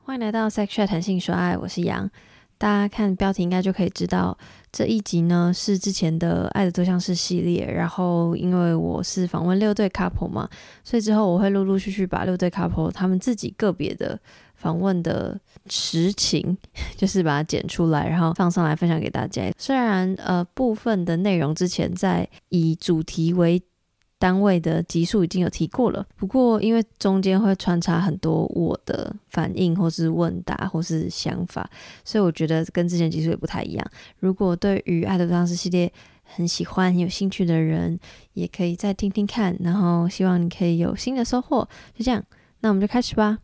欢迎来到 Sex Chat 谈性说爱，我是杨。大家看标题应该就可以知道，这一集呢是之前的爱的多项式系列，然后因为我是访问6对 couple 嘛，所以之后我会陆陆续续把6对 couple 他们自己个别的访问的实情就是把它剪出来，然后放上来分享给大家。虽然部分的内容之前在以主题为单位的集数已经有提过了，不过因为中间会穿插很多我的反应或是问答或是想法，所以我觉得跟之前集数也不太一样。如果对于爱的多项式系列很喜欢很有兴趣的人，也可以再听听看，然后希望你可以有新的收获。就这样，那我们就开始吧。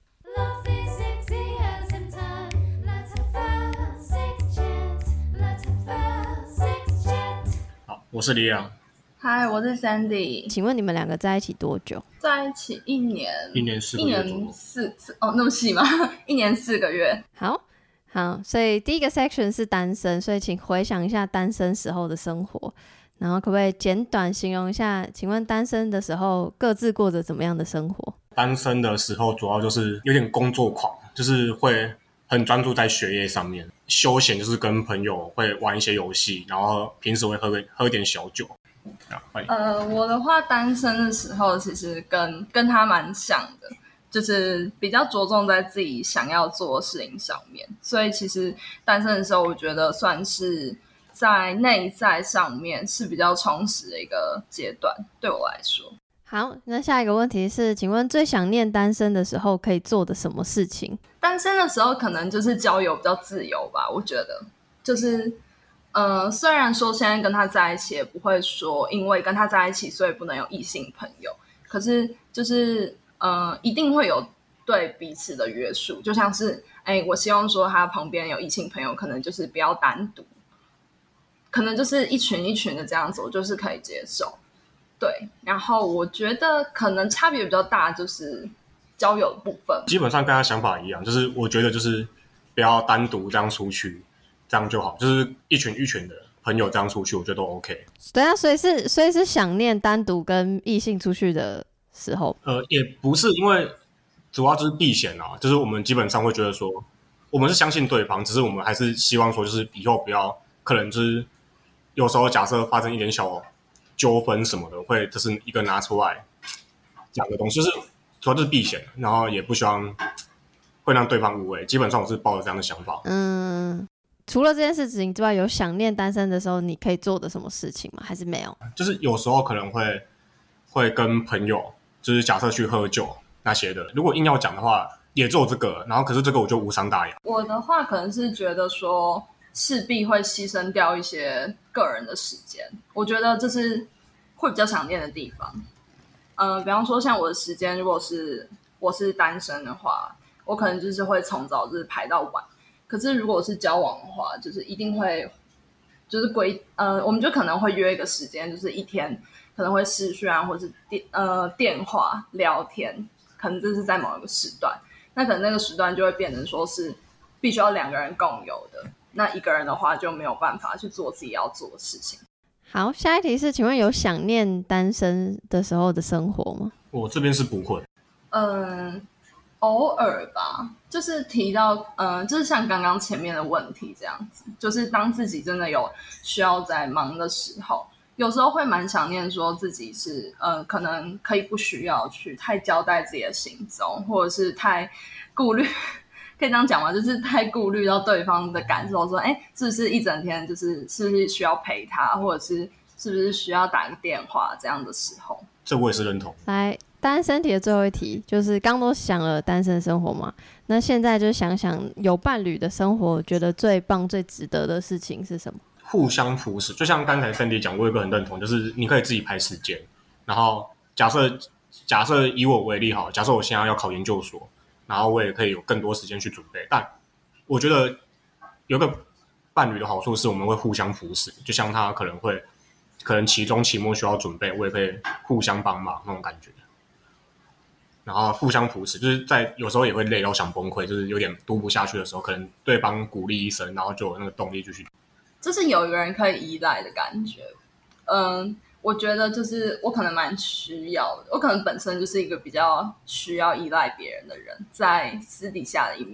好，我是李阳。 嗨，我是 Sandy。 请问你们两个在一起多久？ 在一起1年 4个月左右。 那么细吗？1年4个月。 好，所以第一个 section 是单身，所以请回想一下单身时候的生活，然后可不可以简短形容一下？请问单身的时候各自过着怎么样的生活？ 单身的时候主要就是有点工作狂，就是会很专注在学业上面，休闲就是跟朋友会玩一些游戏，然后平时会喝点小酒。 我的话，单身的时候其实跟他蛮像的，就是比较着重在自己想要做的事情上面，所以其实单身的时候，我觉得算是在内在上面是比较充实的一个阶段，对我来说。 好，那下一个问题是，请问最想念单身的时候可以做的什么事情？ 单身的时候可能就是交友比较自由吧，我觉得就是虽然说现在跟他在一起也不会说因为跟他在一起所以不能有异性朋友，可是就是一定会有对彼此的约束，就像是我希望说他旁边有异性朋友，可能就是不要单独，可能就是一群一群的这样子，我就是可以接受。对，然后我觉得可能差别比较大就是交友的部分， 基本上跟他想法一样，就是我觉得就是不要单独这样出去，这样就好，就是一群一群的朋友这样出去，我觉得都 OK。 对啊，所以是想念单独跟异性出去的时候。 也不是，因为主要就是避嫌啊，就是我们基本上会觉得说，我们是相信对方，只是我们还是希望说，就是以后不要，可能就是有时候假设发生一点小纠纷什么的，会这是一个拿出来讲的东西，就是主要就是避嫌，然后也不希望会让对方误会。基本上我是抱着这样的想法。 除了这件事情之外，有想念单身的时候你可以做的什么事情吗？还是没有？ 就是有时候可能会跟朋友，就是假设去喝酒那些的，如果硬要讲的话，也只有这个，然后可是这个我就无伤大雅。 我的话可能是觉得说势必会牺牲掉一些个人的时间，我觉得这是会比较想念的地方。比方说像我的时间，如果是我是单身的话，我可能就是会从早就是排到晚。可是如果是交往的话，就是一定会就是我们就可能会约一个时间，就是一天可能会视讯啊，或是电话聊天，可能这是在某一个时段，那可能那个时段就会变成说是必须要2个人共有的，那一个人的话就没有办法去做自己要做的事情。 好，下一题是，请问有想念单身的时候的生活吗？ 我这边是不会。 偶尔吧，就是提到就是像刚刚前面的问题这样子，就是当自己真的有需要在忙的时候，有时候会蛮想念说自己是可能可以不需要去太交代自己的行踪，或者是太顾虑可以这样讲吗？就是太顾虑到对方的感受，说是不是一整天就是是不是需要陪他，或者是不是需要打个电话这样的时候。 这我也是认同。 来，单身题的最后一题，就是刚都想了单身生活嘛，那现在就想想有伴侣的生活，觉得最棒最值得的事情是什么？ 互相扶持，就像刚才 Sandy 讲，我有一个很认同，就是你可以自己排时间，然后假设以我为例好，假设我现在要考研究所，然后我也可以有更多时间去准备，但我觉得有个伴侣的好处是我们会互相扶持，就像他可能期中期末需要准备，我也可以互相帮忙那种感觉，然后互相扶持，就是在有时候也会累到想崩溃，就是有点读不下去的时候，可能对方鼓励一声，然后就有那个动力继续。 就是有一个人可以依赖的感觉。我觉得就是我可能蛮需要的，我可能本身就是一个比较需要依赖别人的人，在私底下的一面，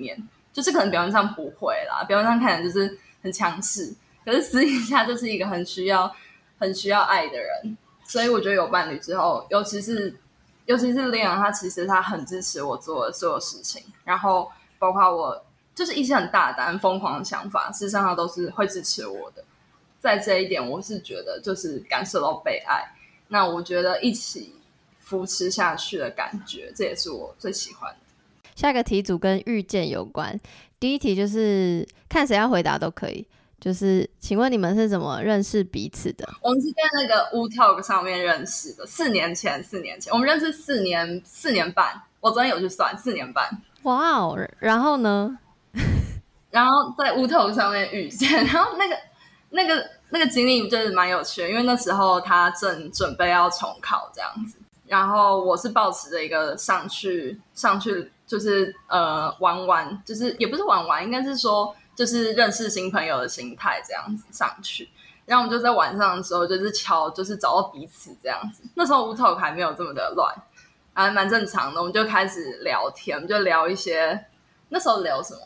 就是可能表面上不会啦，表面上看起来就是很强势，可是私底下就是一个很需要爱的人。所以我觉得有伴侣之后，尤其是Leon，他其实他很支持我做的所有事情，然后包括我就是一些很大胆疯狂的想法，事实上他都是会支持我的。在这一点我是觉得就是感受到被爱，那我觉得一起扶持下去的感觉，这也是我最喜欢的。 下个题组跟遇见有关，第一题就是看谁要回答都可以，就是请问你们是怎么认识彼此的？ 我们是在那个 Wootalk 上面认识的，4年前我们认识4年半，我昨天有去算4年半。 哇哦，然后呢？ 然后在 Wootalk 上面遇见，然后那个经历就是蛮有趣的，因为那时候他正准备要重考这样子，然后我是抱持着一个上去就是玩，就是也不是玩，应该是说就是认识新朋友的心态这样子上去。然后我们就在晚上的时候就是就是找到彼此这样子。那时候 Wootalk 还没有这么的乱，还蛮正常的。我们就开始聊天，我们就聊一些那时候聊什么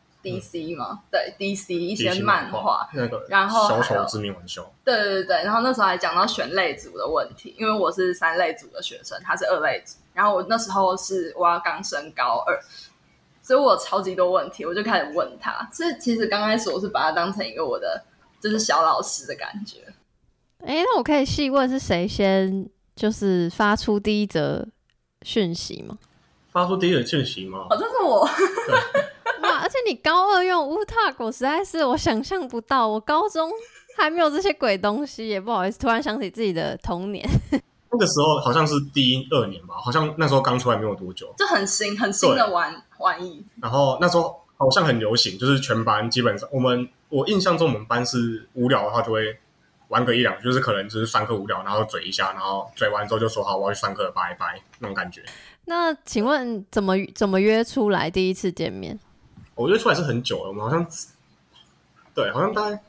DC 吗？对 DC 一些漫画， 那个然后小丑之名玩笑。 对，然后那时候还讲到选类组的问题，因为我是3类组的学生，他是2类组，然后我那时候我要刚升高2，所以我有超级多问题，我就开始问他。所以其实刚开始我是把他当成一个我的就是小老师的感觉。 那我可以细问是谁先就是发出第一则讯息吗？ 发出第一则讯息吗？ 这是我。 哇！而且你高2用 Wootalk， 我实在是我想象不到，我高中还没有这些鬼东西，也不好意思，突然想起自己的童年。 那个时候好像是第2年吧，好像那时候刚出来没有多久， 就很新的玩意。 然后那时候好像很流行，就是全班基本上我印象中我们班是无聊的话就会玩个1-2，就是可能就是上课无聊，然后嘴一下，然后嘴完之后就说好我要去上课，拜拜那种感觉。那请问怎么约出来第一次见面？ 我约出来是很久了，我们好像好像大概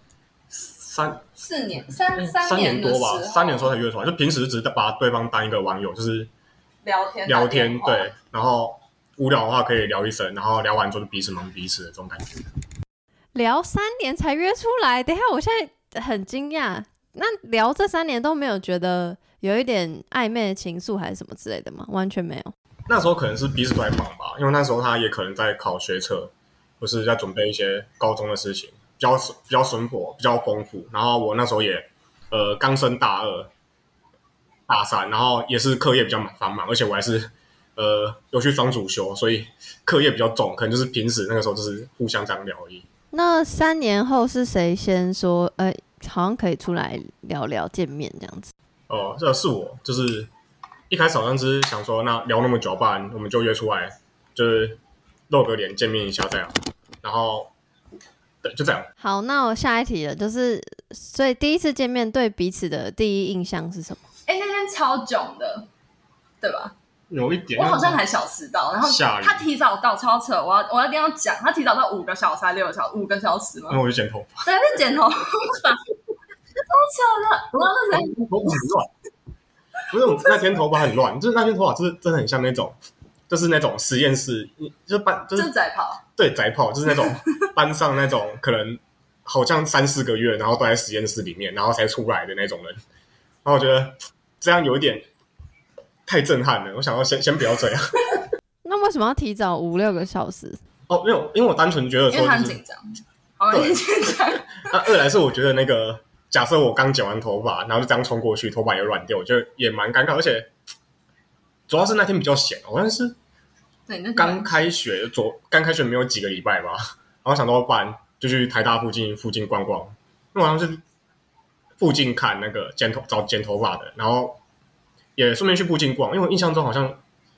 3年多吧，3年的时候才约出来，就平时只是把对方当一个网友，就是聊天对，然后无聊的话可以聊一声，然后聊完之后就彼此忙彼此的这种感觉。 聊3年才约出来，等一下我现在很惊讶。那聊这3年都没有觉得有一点暧昧的情愫还是什么之类的吗？完全没有。 那时候可能是彼此都在忙吧，因为那时候他也可能在考学测，或是在准备一些高中的事情，比较生活比较丰富。然后我那时候也刚升大2、大3，然后也是课业比较繁忙，而且我还是有去双主修，所以课业比较重，可能就是平时那个时候就是互相这样聊而已。 那3年后是谁先说好像可以出来聊聊见面这样子？ 这是我，就是一开始好像是想说那聊那么久，不然我们就约出来，就是露个脸见面一下这样，然后对，就这样。 好，那我下一题了，就是所以第一次见面对彼此的第一印象是什么？ 那天超囧的，对吧？ 有一点， 我好像还小迟到，然后他提早到，超扯！我一定要讲，他提早到5个小时还6个小时，5个小时吗？ 然后我就剪头发， 对，是剪头发，超扯的。然后那时候头发很乱，不是我那天头发很乱，就是那天头发就是真的很像那种，就是那种实验室，就是宅炮， 对，宅炮就是那种班上那种可能好像3-4个月，然后都在实验室里面，然后才出来的那种人。然后我觉得这样有一点太震撼了，我想要先不要这样。 那为什么要提早5-6个小时？ 没有，因为我单纯觉得说、 因为他很紧张。好，你紧张。 二来是我觉得那个，假设我刚剪完头发，然后就这样冲过去，头发也软掉，我觉得也蛮尴尬，而且主要是那天比较闲，好像是刚开学没有几个礼拜吧，然后想到不然就去台大附近逛逛，因为我好像是附近看那个找剪头发的，然后也顺便去附近逛，因为我印象中好像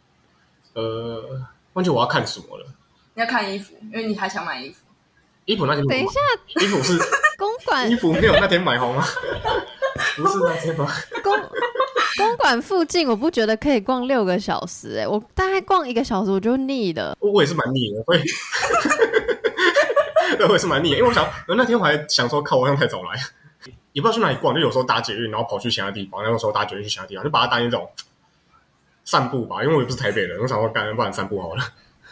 忘记我要看什么了。 你要看衣服，因为你还想买衣服。 衣服那天等一下， 衣服是公馆衣服没有那天买好吗？不是那天吗？ 公馆附近我不觉得可以逛6个小时我大概逛1个小时我就腻了。 我也是蛮腻的，所以对，我也是蛮腻的，因为我想那天我还想说靠，我好像太早来，也不知道去哪里逛，就有时候搭捷运，然后跑去其他地方，那个时候搭捷运去其他地方，就把它当一种散步吧，因为我也不是台北人，我想说不然散步好了。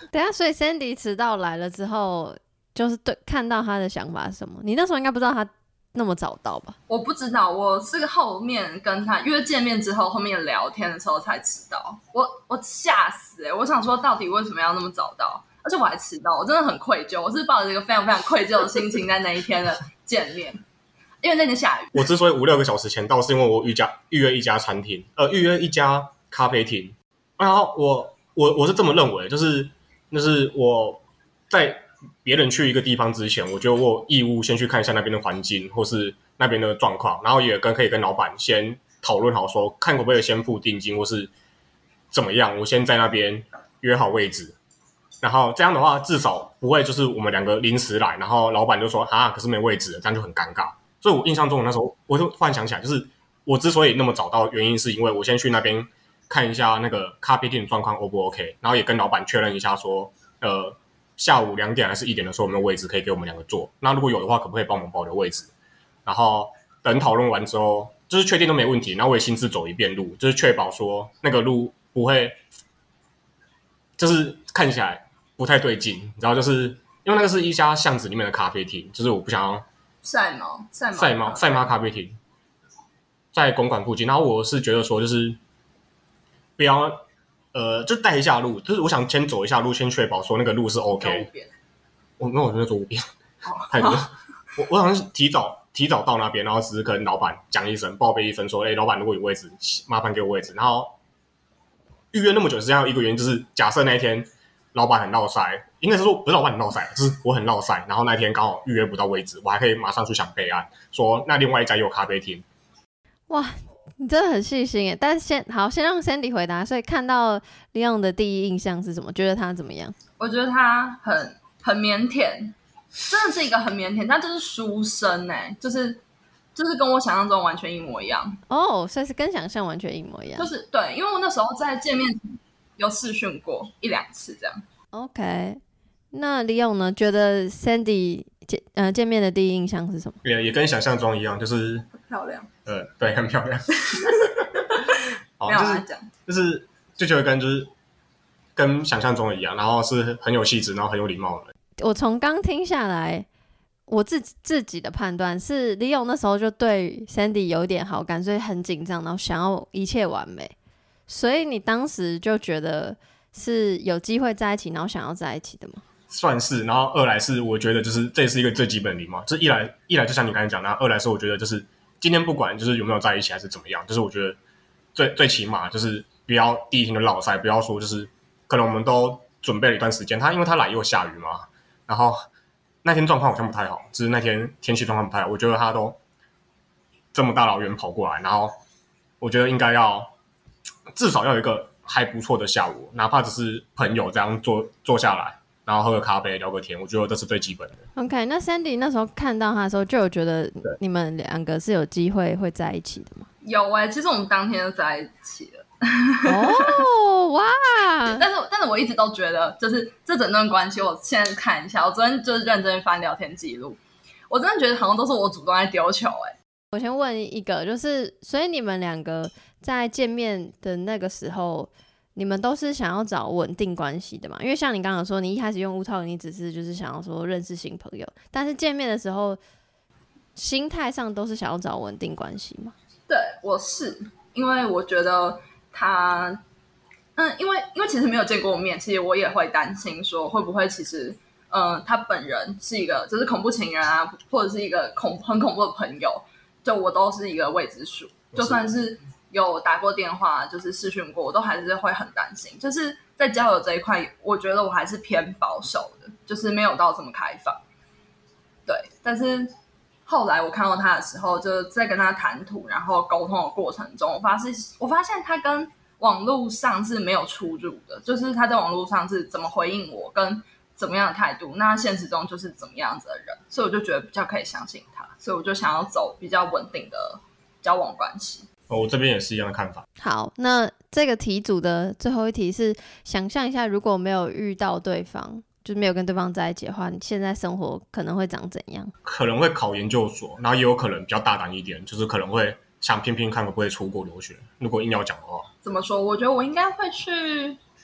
等一下，所以 Sandy 迟到来了之后，就是看到他的想法是什么？你那时候应该不知道他那么早到吧？ 我不知道，我是后面跟他约见面之后，后面聊天的时候才知道。我吓死我想说到底为什么要那么早到？而且我还迟到，我真的很愧疚。我是抱着一个非常非常愧疚的心情在那一天的见面，因为那天下雨。 我之所以5-6个小时前到，是因为我预约一家餐厅，预约一家咖啡厅。然后我是这么认为，就是我在别人去一个地方之前，我觉得我有义务先去看一下那边的环境，或是那边的状况，然后也可以跟老板先讨论好说，看可不可以先付定金，或是怎么样，我先在那边约好位置。然后这样的话，至少不会就是我们两个临时来，然后老板就说可是没位置了，这样就很尴尬。所以我印象中那时候，我就突然想起来，就是我之所以那么早到，原因是因为我先去那边看一下那个咖啡店的状况 O 不 OK， 然后也跟老板确认一下说，下午2点还是1点的时候有没有位置可以给我们两个坐？那如果有的话，可不可以帮我们保留位置？然后等讨论完之后，就是确定都没问题，然后我也亲自走一遍路，就是确保说那个路不会，就是看起来不太对劲，你知道，就是因为那个是一家巷子里面的咖啡厅，就是我不想要赛马咖啡厅，在公馆附近。然后我是觉得说，就是不要就带一下路，就是我想先走一下路，先确保说那个路是 OK。我没有走5遍，太多。我好像是提早到那边，然后只是跟老板讲一声，报备一声说，老板如果有位置，麻烦给我位置。然后预约那么久，实际上有一个原因就是，假设那一天老板很落塞，应该是说不是老板很落塞，就是我很落塞，然后那天刚好预约不到位置，我还可以马上去想备案，说那另外一家有咖啡厅。 哇，你真的很细心耶！但是先让 Sandy 回答。所以看到 Leon 的第一印象是什么？觉得他怎么样？ 我觉得他很腼腆，真的是一个很腼腆，他就是书生就是跟我想象中完全一模一样哦，所以是跟想象完全一模一样。 就是对，因为我那时候在见面有视讯过1-2次这样。 OK， 那 Leon 呢？觉得 Sandy 见面的第一印象是什么？ 也跟想象中一样，就是漂亮。 对，很漂亮。好， 没有来讲， 就觉得就是跟想象中的一样，然后是很有气质，然后很有礼貌的人。 我从刚听下来，我自己的判断是，Leon那时候就对 Sandy 有点好感，所以很紧张，然后想要一切完美。所以你当时就觉得是有机会在一起，然后想要在一起的吗？ 算是，然后二来是我觉得就是这也是一个最基本的礼貌，就是一来就像你刚才讲的，二来是我觉得就是今天不管就是有没有在一起还是怎么样，就是我觉得最起码就是不要第一天就落塞，不要说就是可能我们都准备了一段时间，因为他来又下雨嘛，然后那天状况好像不太好，就是那天天气状况不太好，我觉得他都这么大老远跑过来，然后我觉得应该要至少要有一个还不错的下午，哪怕只是朋友这样坐下来，然后喝个咖啡聊个天，我觉得这是最基本的。 OK， 那 Sandy 那时候看到他的时候，就有觉得你们两个是有机会会在一起的吗？ 有其实我们当天就在一起了。 哦，哇！ 但是我一直都觉得，就是这整段关系，我现在看一下，我昨天就是认真翻聊天记录，我真的觉得好像都是我主动在丢球。 我先问一个，就是所以你们两个在见面的那个时候，你们都是想要找稳定关系的嘛？因为像你刚刚说，你一开始用无套，你只是就是想要说认识新朋友，但是见面的时候，心态上都是想要找稳定关系嘛？ 对，我是因为我觉得他，因为其实没有见过面，其实我也会担心说会不会其实，他本人是一个就是恐怖情人啊，或者是一个很恐怖的朋友，就我都是一个未知数，就算是有打过电话，就是视讯过，我都还是会很担心。就是在交友这一块，我觉得我还是偏保守的，就是没有到这么开放。对，但是后来我看到他的时候，就在跟他谈吐，然后沟通的过程中，我发现他跟网络上是没有出入的，就是他在网络上是怎么回应我，跟怎么样的态度，那现实中就是怎么样子的人，所以我就觉得比较可以相信他，所以我就想要走比较稳定的交往关系。 我这边也是一样的看法。 好，那这个题组的最后一题是想象一下，如果没有遇到对方，就是没有跟对方在一起的话，你现在生活可能会长怎样？ 可能会考研究所，然后也有可能比较大胆一点，就是可能会想拼拼看会不会出国留学。如果硬要讲的话， 怎么说？我觉得我应该会去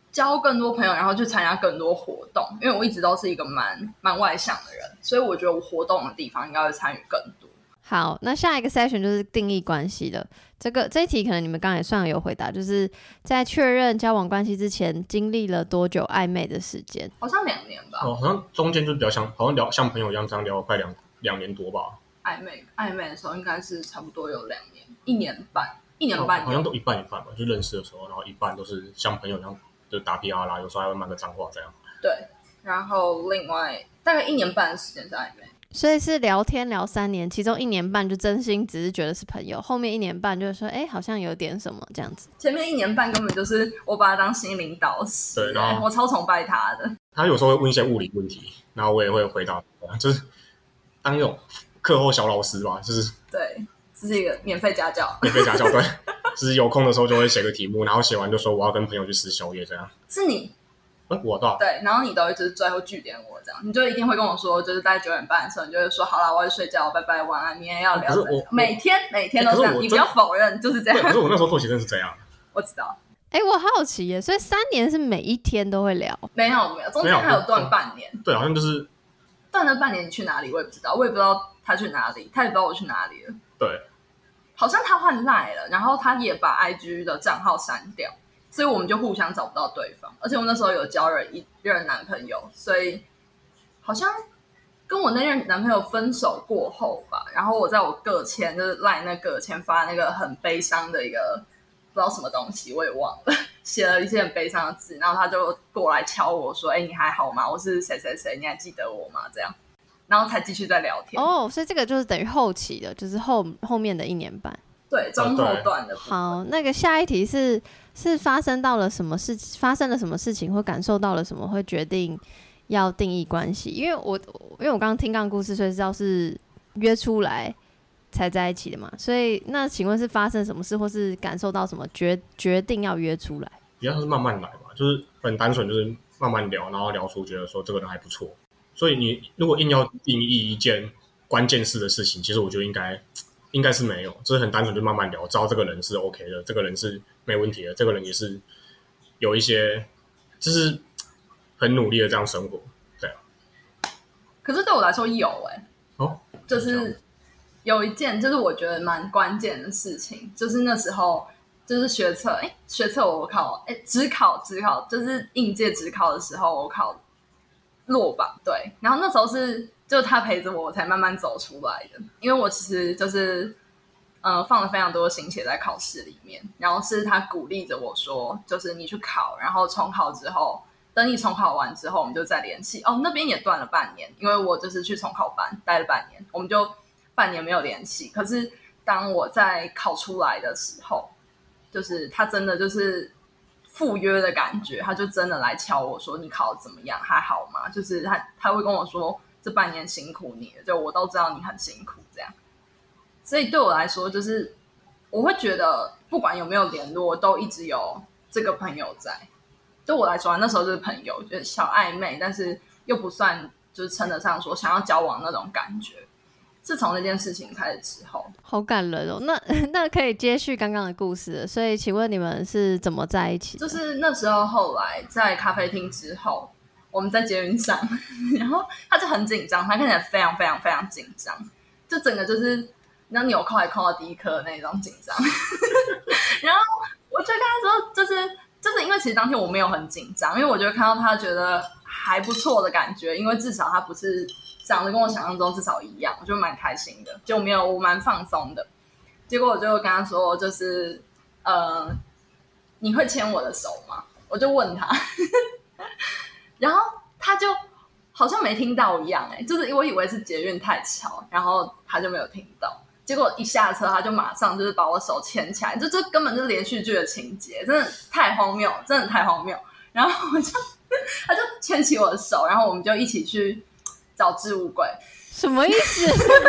交更多朋友，然后去参加更多活动。因为我一直都是一个蛮外向的人，所以我觉得我活动的地方应该会参与更多。 好，那下一个 section 就是定义关系了。这一题可能你们刚才也算有回答，就是在确认交往关系之前，经历了多久暧昧的时间？ 好像2年吧。 好像中间就比较好像聊像朋友一样，这样聊了快两年多吧。 暧昧的时候应该是差不多有2年，1年半，1年半， 好像都一半一半吧。就认识的时候，然后一半都是像朋友一样，就打屁啦，有时候还会骂个脏话这样。 对，然后另外大概1年半的时间是暧昧。 所以是聊天聊3年，其中1年半就真心只是觉得是朋友，后面1年半就是说，好像有点什么这样子。 前面1年半根本就是我把他当心灵导师， 对，然后我超崇拜他的。 他有时候会问一些物理问题，然后我也会回答，就是当那种课后小老师吧，就是对，这是一个免费家教， 对，就是有空的时候就会写个题目，然后写完就说我要跟朋友去吃宵夜这样。 是你。 我的对，然后你都会就是最后据点我这样，你就一定会跟我说，就是大概9点半的时候，你就会说好啦，我要去睡觉，拜拜，晚安，明天要聊。每天都这样，你不要否认，就是这样。 可是我那时候作息真的是这样。 我知道。 我好奇耶，所以3年是每一天都会聊？ 没有，中间还有断半年。 对，好像就是断了半年，你去哪里我也不知道，我也不知道他去哪里，他也不知道我去哪里了。 对， 好像他换LINE了，然后他也把 IG 的账号删掉。所以我们就互相找不到对方，而且我那时候有交了一任男朋友，所以好像跟我那任男朋友分手过后吧，然后我在我个签就是 LINE 那个签发那个很悲伤的一个不知道什么东西，我也忘了，写了一些很悲伤的字，然后他就过来敲我说：“你还好吗？我是谁谁谁，你还记得我吗？”这样，然后才继续再聊天。 所以这个就是等于后期的，就是后面的1年半。 对，中后段的部分。 好，那个下一题是发生了什么事情，或感受到了什么，会决定要定义关系？因为我刚刚听刚故事，所以知道是约出来才在一起的嘛。所以那请问是发生什么事，或是感受到什么决定要约出来？ 比较是慢慢来吧，就是很单纯，就是慢慢聊，然后聊出觉得说这个人还不错。所以你如果硬要定义一件关键事的事情，其实我觉得应该是没有，就是很单纯，就慢慢聊，知道这个人是 OK 的，这个人是没问题的，这个人也是有一些就是很努力的这样生活，对。 可是对我来说有就是有一件就是我觉得蛮关键的事情，就是那时候就是学测我考指考就是应届指考的时候我考落榜，对，然后那时候就他陪着我才慢慢走出来的，因为我其实就是放了非常多的心血在考试里面，然后是他鼓励着我说，就是你去考，然后重考之后，等你重考完之后我们就再联系。那边也断了半年，因为我就是去重考班待了半年，我们就半年没有联系。可是当我在考出来的时候，就是他真的就是赴约的感觉，他就真的来敲我说你考得怎么样，还好吗？就是他会跟我说这半年辛苦你了，就我都知道你很辛苦这样。所以对我来说，就是我会觉得不管有没有联络，都一直有这个朋友在。对我来说，那时候就是朋友，就是小暧昧，但是又不算就是称得上说想要交往那种感觉。自从那件事情开始之后， 好感人哦。那可以接续刚刚的故事了，所以请问你们是怎么在一起的？ 就是那时候后来在咖啡厅之后，我们在捷运上，然后他就很紧张，他看起来非常非常非常紧张，就整个就是那纽扣还扣到第一颗的那种紧张。然后我就跟他说，就是因为其实当天我没有很紧张，因为我就看到他觉得还不错的感觉，因为至少他不是长得跟我想象中至少一样，我就蛮开心的，就没有我蛮放松的。结果我就跟他说，就是你会牵我的手吗？我就问他，然后他就好像没听到一样，就是我以为是捷运太吵，然后他就没有听到。结果一下车，他就马上就是把我手牵起来，这根本就是连续剧的情节，真的太荒谬，真的太荒谬。然后他就牵起我的手，然后我们就一起去找置物柜。 什么意思？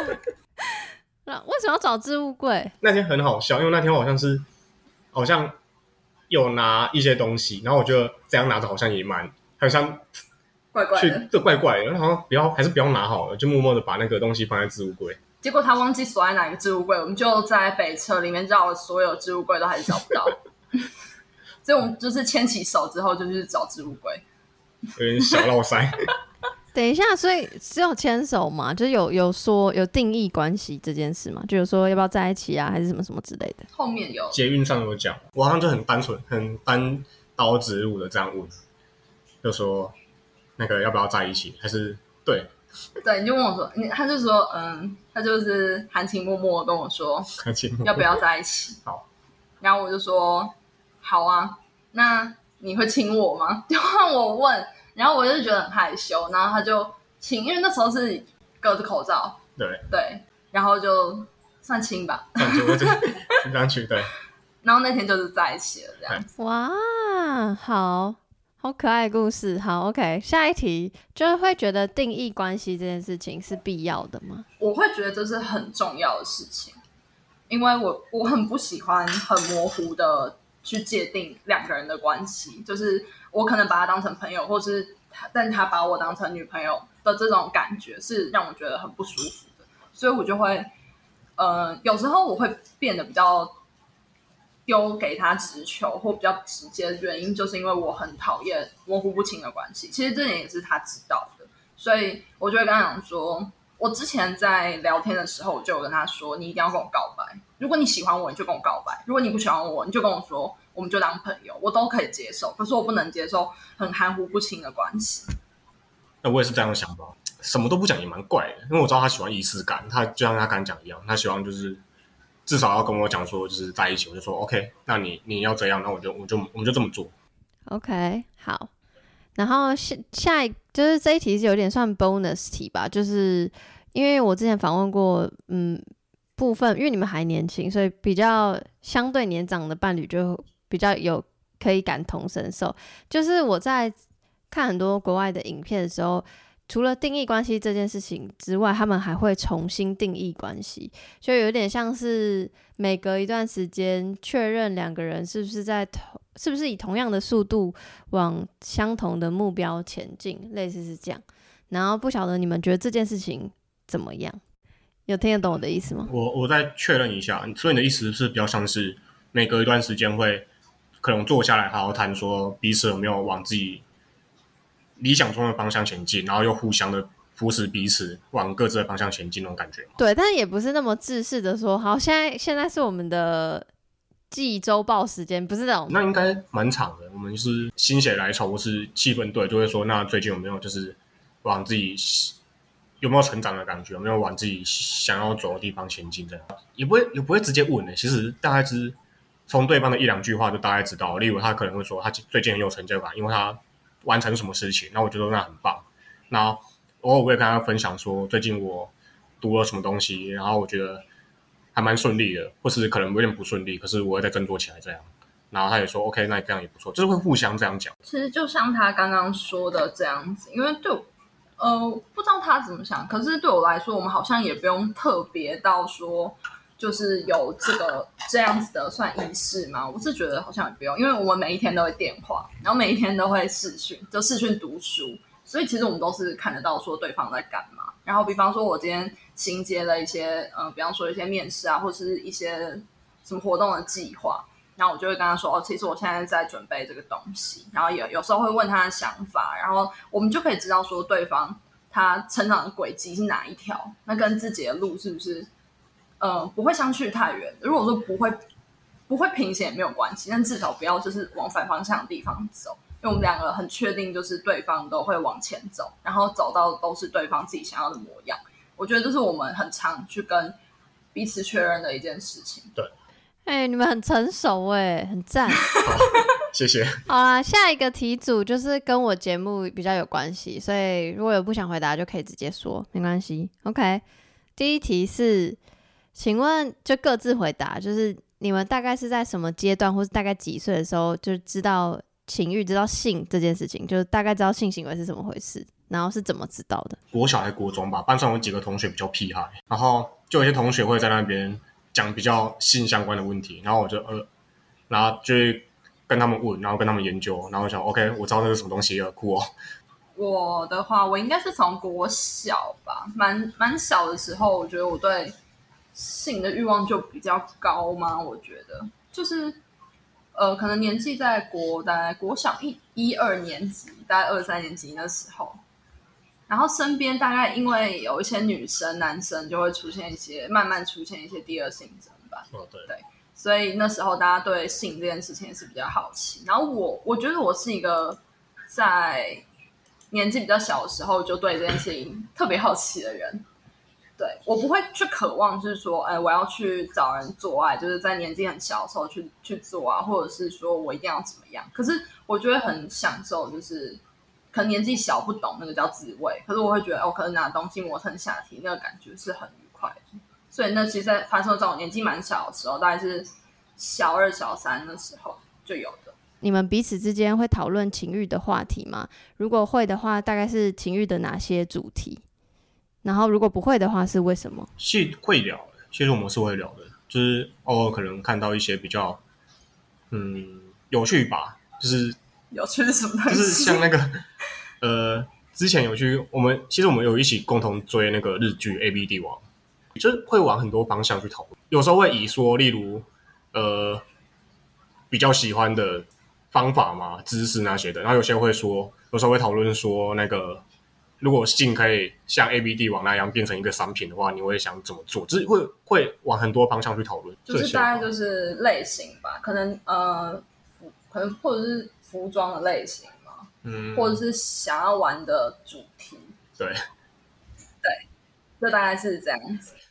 为什么要找置物柜？ 那天很好笑，因为那天我好像有拿一些东西，然后我觉得这样拿着好像也好像怪怪的， 这怪怪的，然后还是不要拿好了，就默默的把那个东西放在置物柜。 结果他忘记锁在哪个置物柜，我们就在北车里面绕了所有置物柜都还是找不到。 所以我们就是牵起手之后就去找置物柜， 有点小落塞。 等一下，所以只有牵手嘛？就是有说有定义关系这件事嘛？就有说要不要在一起啊，还是什么什么之类的？ 后面有捷运上有讲，我好像就很单纯、很单刀直入的这样问，就说那个要不要在一起，还是对， 你就问我说，他就说，他就是含情脉脉的跟我说，要不要在一起？ 好， 然后我就说，好啊，那你会亲我吗？就换我问，然后我就觉得很害羞，然后他就亲，因为那时候是隔着口罩，对，然后就算亲吧， 听上去对。 然后那天就是在一起了，这样子。 哇，好可爱的故事。好 ，OK， 下一题就是会觉得定义关系这件事情是必要的吗？ 我会觉得这是很重要的事情，因为我很不喜欢很模糊的去界定两个人的关系，就是我可能把他当成朋友，或是但他把我当成女朋友的这种感觉是让我觉得很不舒服的，所以我就会有时候我会变得比较丢给他直球或比较直接的原因，就是因为我很讨厌模糊不清的关系。其实这点也是他知道的，所以我就会跟他讲说，我之前在聊天的时候，我就有跟他说，你一定要跟我告白。如果你喜欢我，你就跟我告白；如果你不喜欢我，你就跟我说，我们就当朋友，我都可以接受。可是我不能接受很含糊不清的关系。 那我也是这样的想法，什么都不讲也蛮怪的，因为我知道他喜欢仪式感，他就像他刚讲一样，他希望就是至少要跟我讲说就是在一起，我就说 OK， 那你要这样，那我们就这么做。 OK， 好。然后下一就是这一题是有点算 bonus 题吧，就是因为我之前访问过，部分因为你们还年轻，所以比较相对年长的伴侣就比较有可以感同身受。就是我在看很多国外的影片的时候，除了定义关系这件事情之外，他们还会重新定义关系，就有点像是每隔一段时间确认两个人是不是以同样的速度往相同的目标前进，类似是这样。然后不晓得你们觉得这件事情怎么样？有听得懂我的意思吗？ 我再确认一下，所以你的意思是比较像是每隔一段时间会可能坐下来好好谈，说彼此有没有往自己理想中的方向前进，然后又互相的扶持彼此往各自的方向前进那种感觉吗？ 对，但也不是那么制式的说，好，现在是我们的记周报时间，不是那种。 那应该蛮长的。我们是心血来潮或是气氛对，就会说，那最近有没有就是往自己有没有成长的感觉，有没有往自己想要走的地方前进？这样也不会直接问的。其实大概是从对方的一两句话就大概知道。例如他可能会说他最近很有成就感，因为他完成什么事情，那我觉得那很棒。那偶尔我也跟他分享说，最近我读了什么东西，然后我觉得还蛮顺利的，或是可能有点不顺利，可是我会再振作起来这样。然后他也说 OK， 那这样也不错，就是会互相这样讲。 其实就像他刚刚说的这样子，因为对我不知道他怎么想，可是对我来说，我们好像也不用特别到说就是有这样子的算仪式嘛。我是觉得好像也不用，因为我们每一天都会电话，然后每一天都会视讯，就视讯读书，所以其实我们都是看得到说对方在干嘛。然后比方说我今天新接了一些比方说一些面试啊，或是一些什么活动的计划，然后我就会跟他说其实我现在在准备这个东西，然后有时候会问他的想法，然后我们就可以知道说对方他成长的轨迹是哪一条，那跟自己的路是不是不会相去太远。如果说不会平行也没有关系，但至少不要就是往反方向的地方走，因为我们两个很确定就是对方都会往前走，然后走到都是对方自己想要的模样。我觉得这是我们很常去跟彼此确认的一件事情。 对， 你们很成熟很赞。 谢谢。 好啦，下一个题组就是跟我节目比较有关系，所以如果有不想回答就可以直接说，没关系。OK， 第一题是，请问就各自回答，就是你们大概是在什么阶段，或是大概几岁的时候就知道情欲、知道性这件事情，就是大概知道性行为是怎么回事，然后是怎么知道的？ 国小还国中吧，班上有几个同学比较屁孩，然后就有些同学会在那边讲比较性相关的问题，然后我就然后就会跟他们问，然后跟他们研究，然后我想 OK， 我知道那是什么东西了，酷哦。 我的话，我应该是从国小吧，蛮小的时候，我觉得我对性的欲望就比较高嘛。我觉得就是可能年纪在大概国小1、2年级，大概2、3年级那时候，然后身边大概因为有一些女生、男生就会慢慢出现一些第二性征吧。对，所以那时候大家对性这件事情也是比较好奇。然后我觉得我是一个在年纪比较小的时候就对这件事情特别好奇的人。对，我不会去渴望就是说我要去找人做爱，就是在年纪很小的时候去做啊，或者是说我一定要怎么样。可是我就会很享受，就是可能年纪小不懂那个叫滋味，可是我会觉得可能拿东西磨蹭下体那个感觉是很愉快的。所以那其实在发生在我年纪蛮小的时候，大概是小2、小3的时候就有的。 你们彼此之间会讨论情欲的话题吗？如果会的话，大概是情欲的哪些主题？然后如果不会的话，是为什么？ 是会聊的，其实我们是会聊的，就是偶尔可能看到一些比较有趣吧，就是有趣是什么东西？ 就是像那个之前有去其实我们有一起共同追那个日剧 AB 帝王，就是会往很多方向去讨论，有时候会以说例如比较喜欢的方法嘛、知识那些的，然后有些会说，有时候会讨论说那个。如果性可以像 AB 帝王那样变成一个商品的话，你会想怎么做？就是会往很多方向去讨论， 就是大概就是类型吧，可能或者是服装的类型嘛，或者是想要玩的主题， 对， 就大概是这样子。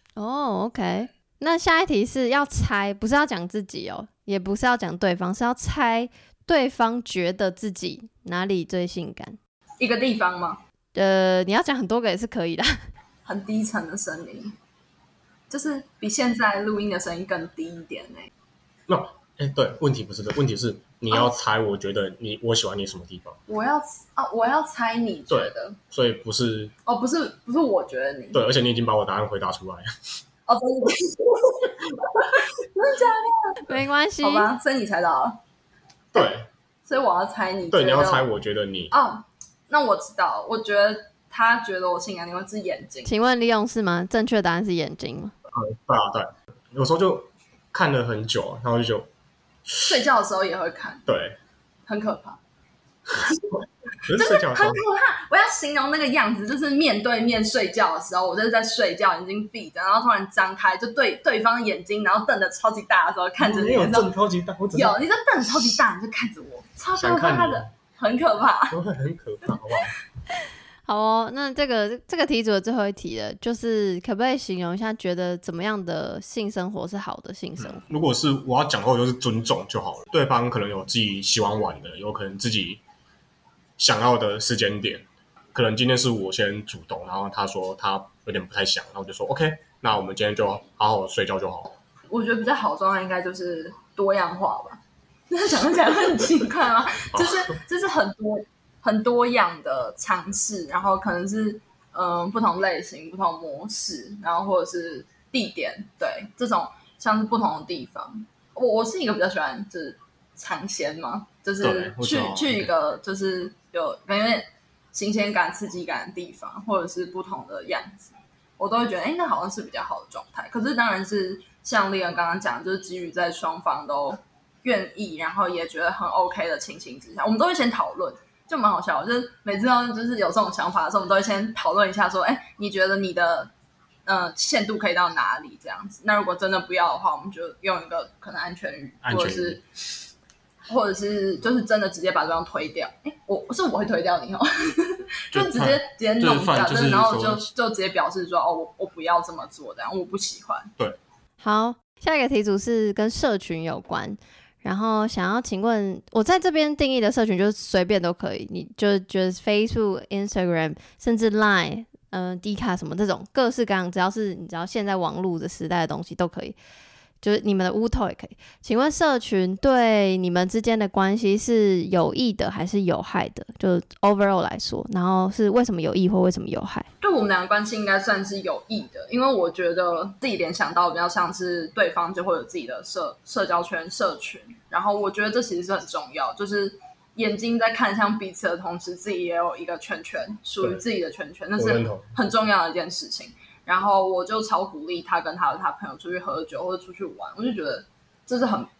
OK， 那下一题是要猜，不是要讲自己哦，也不是要讲对方，是要猜对方觉得自己哪里最性感。 一个地方吗？ 你要讲很多个也是可以的。 很低沉的声音，就是比现在录音的声音更低一点对，问题不是这，问题是你要猜，我觉得我喜欢你什么地方？ 我要猜你觉得， 所以不是不是我觉得你对，而且你已经把我答案回答出来了。 真的真的假的？ 没关系， 好吧，所以你猜到了。 对， 所以我要猜你觉得， 对，你要猜我觉得你那我知道，我觉得他觉得我性感的地方是眼睛。 请问利用是吗？正确答案是眼睛吗？ 对，有时候就看了很久，然后就睡觉的时候也会看， 对， 很可怕。 就是睡觉的时候很可怕。我要形容那个样子，就是面对面睡觉的时候，我就是在睡觉，眼睛闭着，然后突然张开，就对方眼睛，然后瞪得超级大的时候看着你。 没有瞪超级大， 有，你就瞪得超级大，你就看着我，超可怕的，很可怕， 很可怕，好不好？ 好哦，那这个题组的最后一题了，就是可不可以形容一下，觉得怎么样的性生活是好的性生活？ 如果是我要讲的话，就是尊重就好了。对方可能有自己喜欢玩的，有可能自己想要的时间点，可能今天是我先主动，然后他说他有点不太想，然后我就说 OK， 那我们今天就好好睡觉就好。 我觉得比较好的状态应该就是多样化吧。那讲起来会很奇怪吗？就是很多样的尝试，然后可能是不同类型、不同模式，然后或者是地点，对，这种像是不同的地方。我是一个比较喜欢就是尝鲜嘛，就是去一个就是有感觉新鲜感、刺激感的地方，或者是不同的样子，我都会觉得那好像是比较好的状态。可是当然是像丽恩刚刚讲，就是基于在双方都愿意，然后也觉得很 OK 的情形之下，我们都会先讨论。就蛮好笑的，就是每次就是有这种想法的时候，我们都会先讨论一下说，你觉得你的限度可以到哪里这样子？那如果真的不要的话，我们就用一个可能安全语，或者是就是真的直接把对方推掉。我会推掉你就直接弄掉，就是然后就直接表示说我不要这么做，这样我不喜欢。 对， 好，下一个题组是跟社群有关。然后想要请问，我在这边定义的社群就是随便都可以，你就觉得 Facebook、Instagram， 甚至 Line、Dcard 什么这种各式各样，只要是你知道现在网络的时代的东西都可以，就是你们的乌头也可以。请问社群对你们之间的关系是有益的还是有害的？就 overall 来说，然后是为什么有益或为什么有害？ 对我们两个关系应该算是有益的，因为我觉得自己联想到比较像是对方就会有自己的社交圈、社群，然后我觉得这其实是很重要，就是眼睛在看向彼此的同时，自己也有一个圈圈，属于自己的圈圈，那是很重要的一件事情。然后我就超鼓励他跟他的朋友出去喝酒或者出去玩，我就觉得这是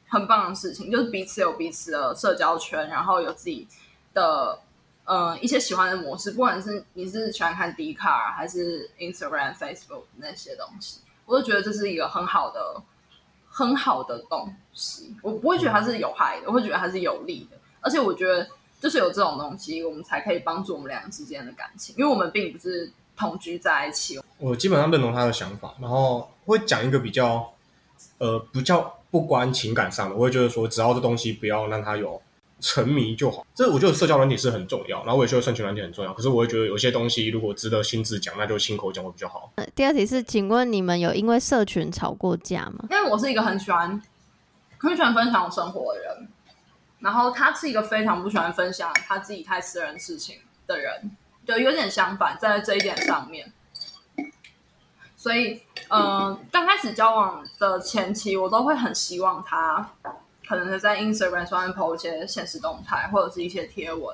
很棒的事情，就是彼此有彼此的社交圈，然后有自己的一些喜欢的模式，不管是你是喜欢看 Dcard 还是 Instagram、Facebook 那些东西，我都觉得这是一个很好的东西。我不会觉得它是有害的，我会觉得它是有利的。而且我觉得就是有这种东西，我们才可以帮助我们两个之间的感情，因为我们并不是同居在一起。 我基本上认同他的想法，然后会讲一个比较不关情感上的，我会觉得说，只要这东西不要让他有沉迷就好。这我觉得社交软体是很重要，然后我也觉得社群软体很重要。可是我会觉得有些东西如果值得亲自讲，那就亲口讲会比较好。 第二题是，请问你们有因为社群吵过架吗？ 因为我是一个很喜欢分享我生活的人，然后他是一个非常不喜欢分享他自己太私人事情的人，就有点相反在这一点上面。所以刚开始交往的前期，我都会很希望他可能是在 Instagram 上面 po 一些现实动态或者是一些贴文，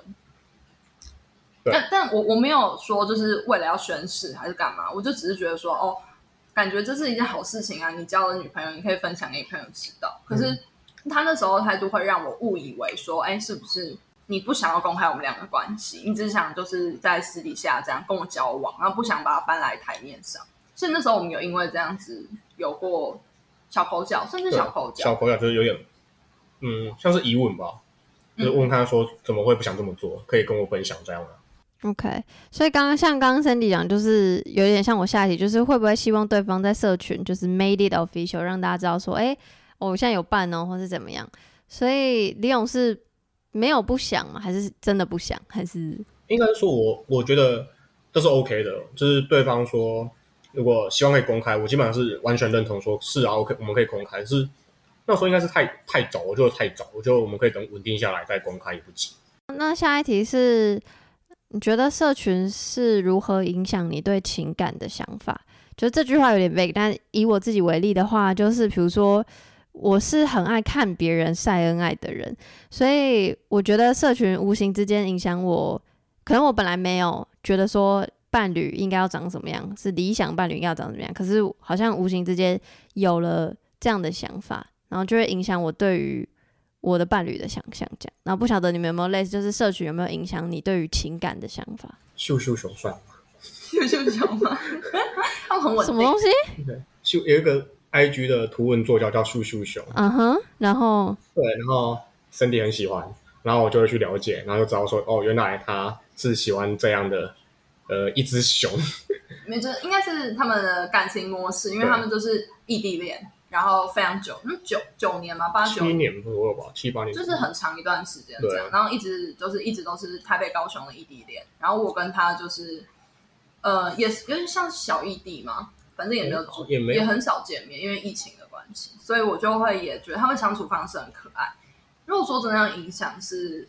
但我没有说就是为了要宣示还是干嘛，我就只是觉得说感觉这是一件好事情啊，你交了女朋友你可以分享给你朋友知道。可是他那时候的态度会让我误以为说是不是你不想要公开我们两个关系，你只想就是在私底下这样跟我交往，然后不想把它搬来台面上。所以那时候我们有因为这样子有过小口角，甚至小口角就是有点像是疑问吧，就是问他说怎么会不想这么做，可以跟我分享这样吗？ OK， 所以刚刚 Sandy 讲，就是有点像我下一题，就是会不会希望对方在社群就是 made it official， 让大家知道说，我现在有伴哦，或是怎么样？所以李勇是没有不想吗？还是真的不想？还是应该说我觉得这是 OK 的，就是对方说如果希望可以公开，我基本上是完全认同说是啊 OK， 我们可以公开。是那时候应该是太早，我觉得太早，我觉得我们可以等稳定下来再公开也不急。 那下一题是，你觉得社群是如何影响你对情感的想法？就这句话有点 vague， 但以我自己为例的话，就是比如说我是很爱看别人晒恩爱的人，所以我觉得社群无形之间影响我，可能我本来没有觉得说伴侣应该要长什么样，是理想伴侣应该要长什么样，可是好像无形之间有了这样的想法，然后就会影响我对于我的伴侣的想象这样。然后不晓得你们有没有类似，就是社群有没有影响你对于情感的想法？ 秀秀熊算吗？ 秀秀熊吗？他们很稳定。 什么东西？ 有一个 IG 的图文作家叫秀秀熊， 然后对，然后 Sandy 很喜欢，然后我就会去了解，然后就知道说原来他是喜欢这样的一只熊。 没，就应该是他们的感情模式，因为他们都是异地恋，然后非常久，9年嘛，8-9年左右吧，7-8年， 就是很长一段时间这样。然后一直都是台北高雄的异地恋，然后我跟他就是也有点像小异地嘛，反正也没有住，也很少见面，因为疫情的关系，所以我就会也觉得他们相处方式很可爱。如果说真的影响是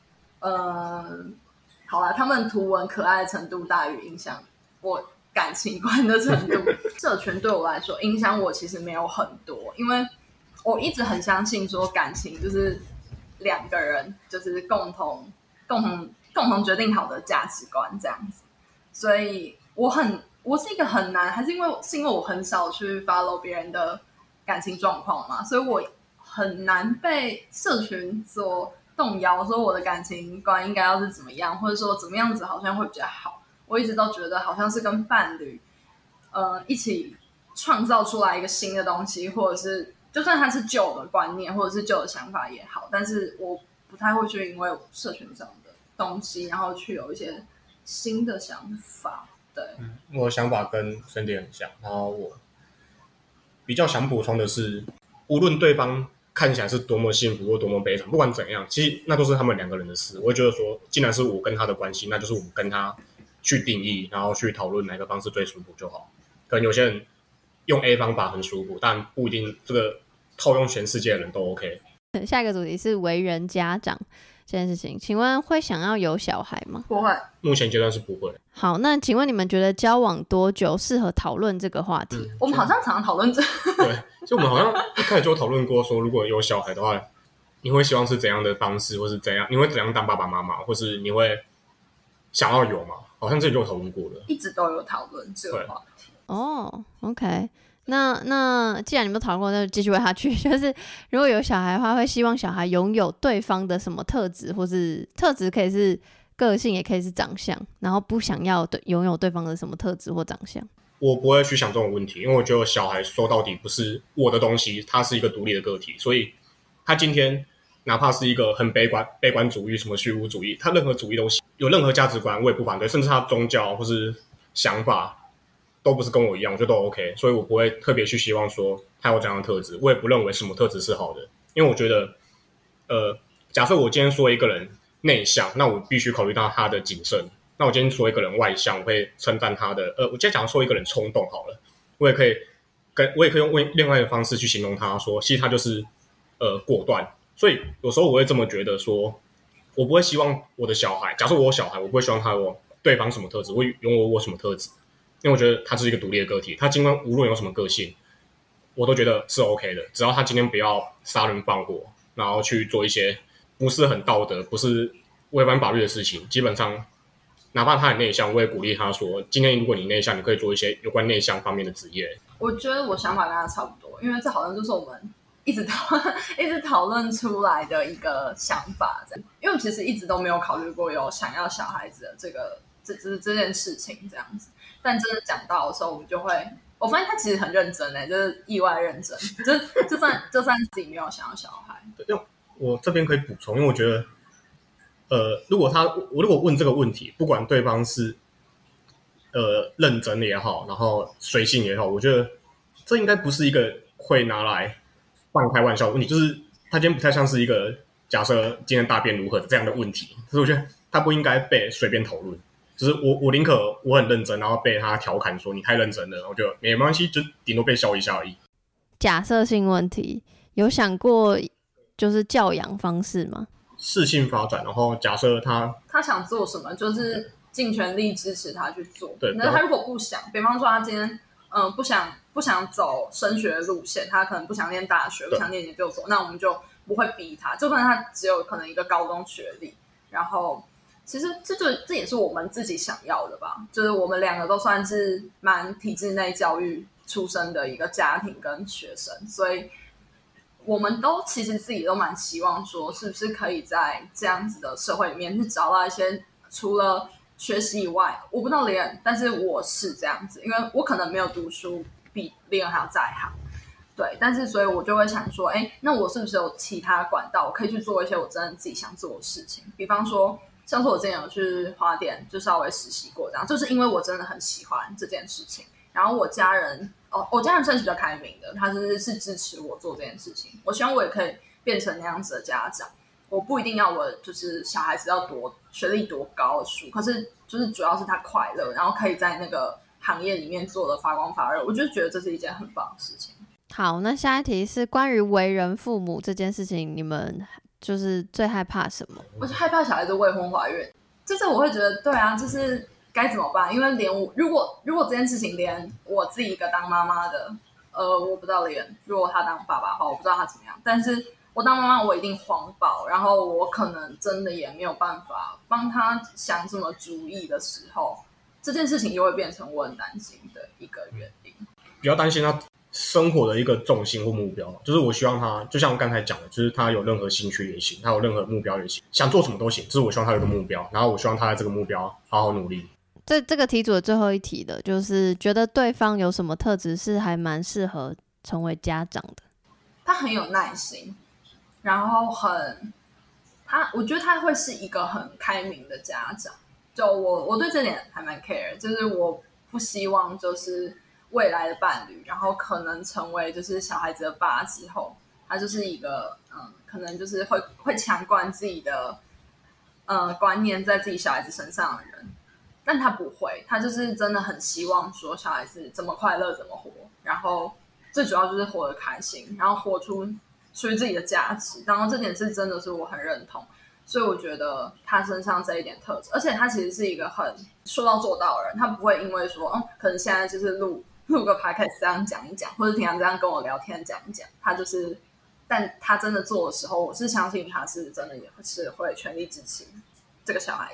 好啦，他们图文可爱的程度大于影响我感情观的程度。社群对我来说影响我其实没有很多，因为我一直很相信说感情就是两个人就是共同决定好的价值观这样子，所以我是一个很难，还是因为我很少去 follow 别人的感情状况嘛，所以我很难被社群所动摇，说我的感情观应该要是怎么样，或者说怎么样子好像会比较好。我一直都觉得好像是跟伴侣一起创造出来一个新的东西，或者是就算它是旧的观念或者是旧的想法也好，但是我不太会去因为社群上的东西然后去有一些新的想法。对， 我的想法跟 Sandy 很像，然后我比较想补充的是，无论对方看起来是多么幸福或多么悲惨，不管怎样，其实那都是他们两个人的事。我会觉得说，既然是我跟他的关系，那就是我们跟他去定义，然后去讨论哪个方式最舒服就好。可能有些人用 A 方法很舒服，但不一定这个套用全世界的人都 OK。 下一个主题是为人家长这件事情，请问会想要有小孩吗？ 不会， 目前阶段是不会。 好，那请问你们觉得交往多久适合讨论这个话题？ 我们好像常常讨论这对，就我们好像一开始就讨论过说，如果有小孩的话，你会希望是怎样的方式，或是怎样，你会怎样当爸爸妈妈，或是你会想要有吗？好像这里就有讨论过了， 一直都有讨论这个话题。 哦，OK， 那既然你们讨论过，那就继续问下去。就是如果有小孩的话，会希望小孩拥有对方的什么特质，或是特质可以是个性，也可以是长相，然后不想要拥有对方的什么特质或长相。 我不会去想这种问题，因为我觉得小孩说到底不是我的东西，他是一个独立的个体，所以他今天哪怕是一个很悲观主义、什么虚无主义，他任何主义东西有任何价值观，我也不反对，甚至他宗教或是想法都不是跟我一样，我觉得都 OK， 所以我不会特别去希望说他有这样的特质，我也不认为什么特质是好的，因为我觉得，假设我今天说一个人内向，那我必须考虑到他的谨慎。那我今天说一个人外向，我会称赞他的。我今天讲说一个人冲动好了，我也可以用另外一个方式去形容他说，其实他就是果断。所以有时候我会这么觉得说，我不会希望我的小孩，假设我有小孩，我不会希望他有对方什么特质，会拥有我什么特质，因为我觉得他是一个独立的个体，他今天无论有什么个性，我都觉得是 OK 的，只要他今天不要杀人放火，然后去做一些不是很道德、不是违反法律的事情，基本上。哪怕他很内向，我也鼓励他说：今天如果你内向，你可以做一些有关内向方面的职业。 我觉得我想法跟他差不多，因为这好像就是我们一直讨论出来的一个想法，这样。因为我其实一直都没有考虑过有想要小孩子的这件事情这样子，但真的讲到的时候，我们就会，我发现他其实很认真就是意外认真，就算自己没有想要小孩。 我这边可以补充，因为我觉得。如果问这个问题，不管对方是认真也好，然后随性也好，我觉得这应该不是一个会拿来半开玩笑的问题，就是他今天不太像是一个假设今天大便如何的这样的问题，所以我觉得他不应该被随便讨论。就是我宁可我很认真，然后被他调侃说你太认真了，我觉得没关系，就顶多被笑一下而已。 假设性问题，有想过就是教养方式吗？ 适性发展，然后假设他想做什么，就是尽全力支持他去做。 对， 那他如果不想，比方说他今天不想走升学的路线，他可能不想念大学，不想念研究所，那我们就不会逼他，就算他只有可能一个高中学历，然后其实这也是我们自己想要的吧，就是我们两个都算是蛮体制内教育出身的一个家庭跟学生，所以。我们都其实自己都蛮希望说，是不是可以在这样子的社会里面去找到一些除了学习以外，我不知道李恩，但是我是这样子，因为我可能没有读书比李恩还要在行，对，但是所以我就会想说，那我是不是有其他管道，我可以去做一些我真的自己想做的事情？比方说，像是我之前有去花店就稍微实习过，这样就是因为我真的很喜欢这件事情，然后我家人算是比较开明的，他是支持我做这件事情。我希望我也可以变成那样子的家长，我不一定要我就是小孩子要学历多高的书，可是就是主要是他快乐，然后可以在那个行业里面做的发光发热，我就觉得这是一件很棒的事情。 好，那下一题是关于为人父母这件事情，你们就是最害怕什么？ 我就害怕小孩子未婚怀孕，就是我会觉得对啊，就是该怎么办？因为连我如果这件事情连我自己一个当妈妈的，我不知道连如果他当爸爸的话，我不知道他怎么样。但是我当妈妈，我一定慌爆，然后我可能真的也没有办法帮他想什么主意的时候，这件事情就会变成我很担心的一个原因。 比较担心他生活的一个重心或目标，就是我希望他，就像我刚才讲的，就是他有任何兴趣也行，他有任何目标也行，想做什么都行，就是我希望他有一个目标，然后我希望他在这个目标好好努力。 这个题组的最后一题的，就是觉得对方有什么特质是还蛮适合成为家长的？ 他很有耐心，然后我觉得他会是一个很开明的家长。就我对这点还蛮 care， 就是我不希望就是未来的伴侣，然后可能成为就是小孩子的爸之后，他就是一个可能就是会强灌自己的观念在自己小孩子身上的人。但他不会，他就是真的很希望说小孩子怎么快乐怎么活，然后最主要就是活得开心，然后活出属于自己的价值，然后这点是真的是我很认同，所以我觉得他身上这一点特质，而且他其实是一个很说到做到的人，他不会因为说可能现在就是录个 podcast 这样讲一讲，或者平常这样跟我聊天讲一讲，他就是但他真的做的时候，我是相信他是真的也是会全力支持这个小孩子。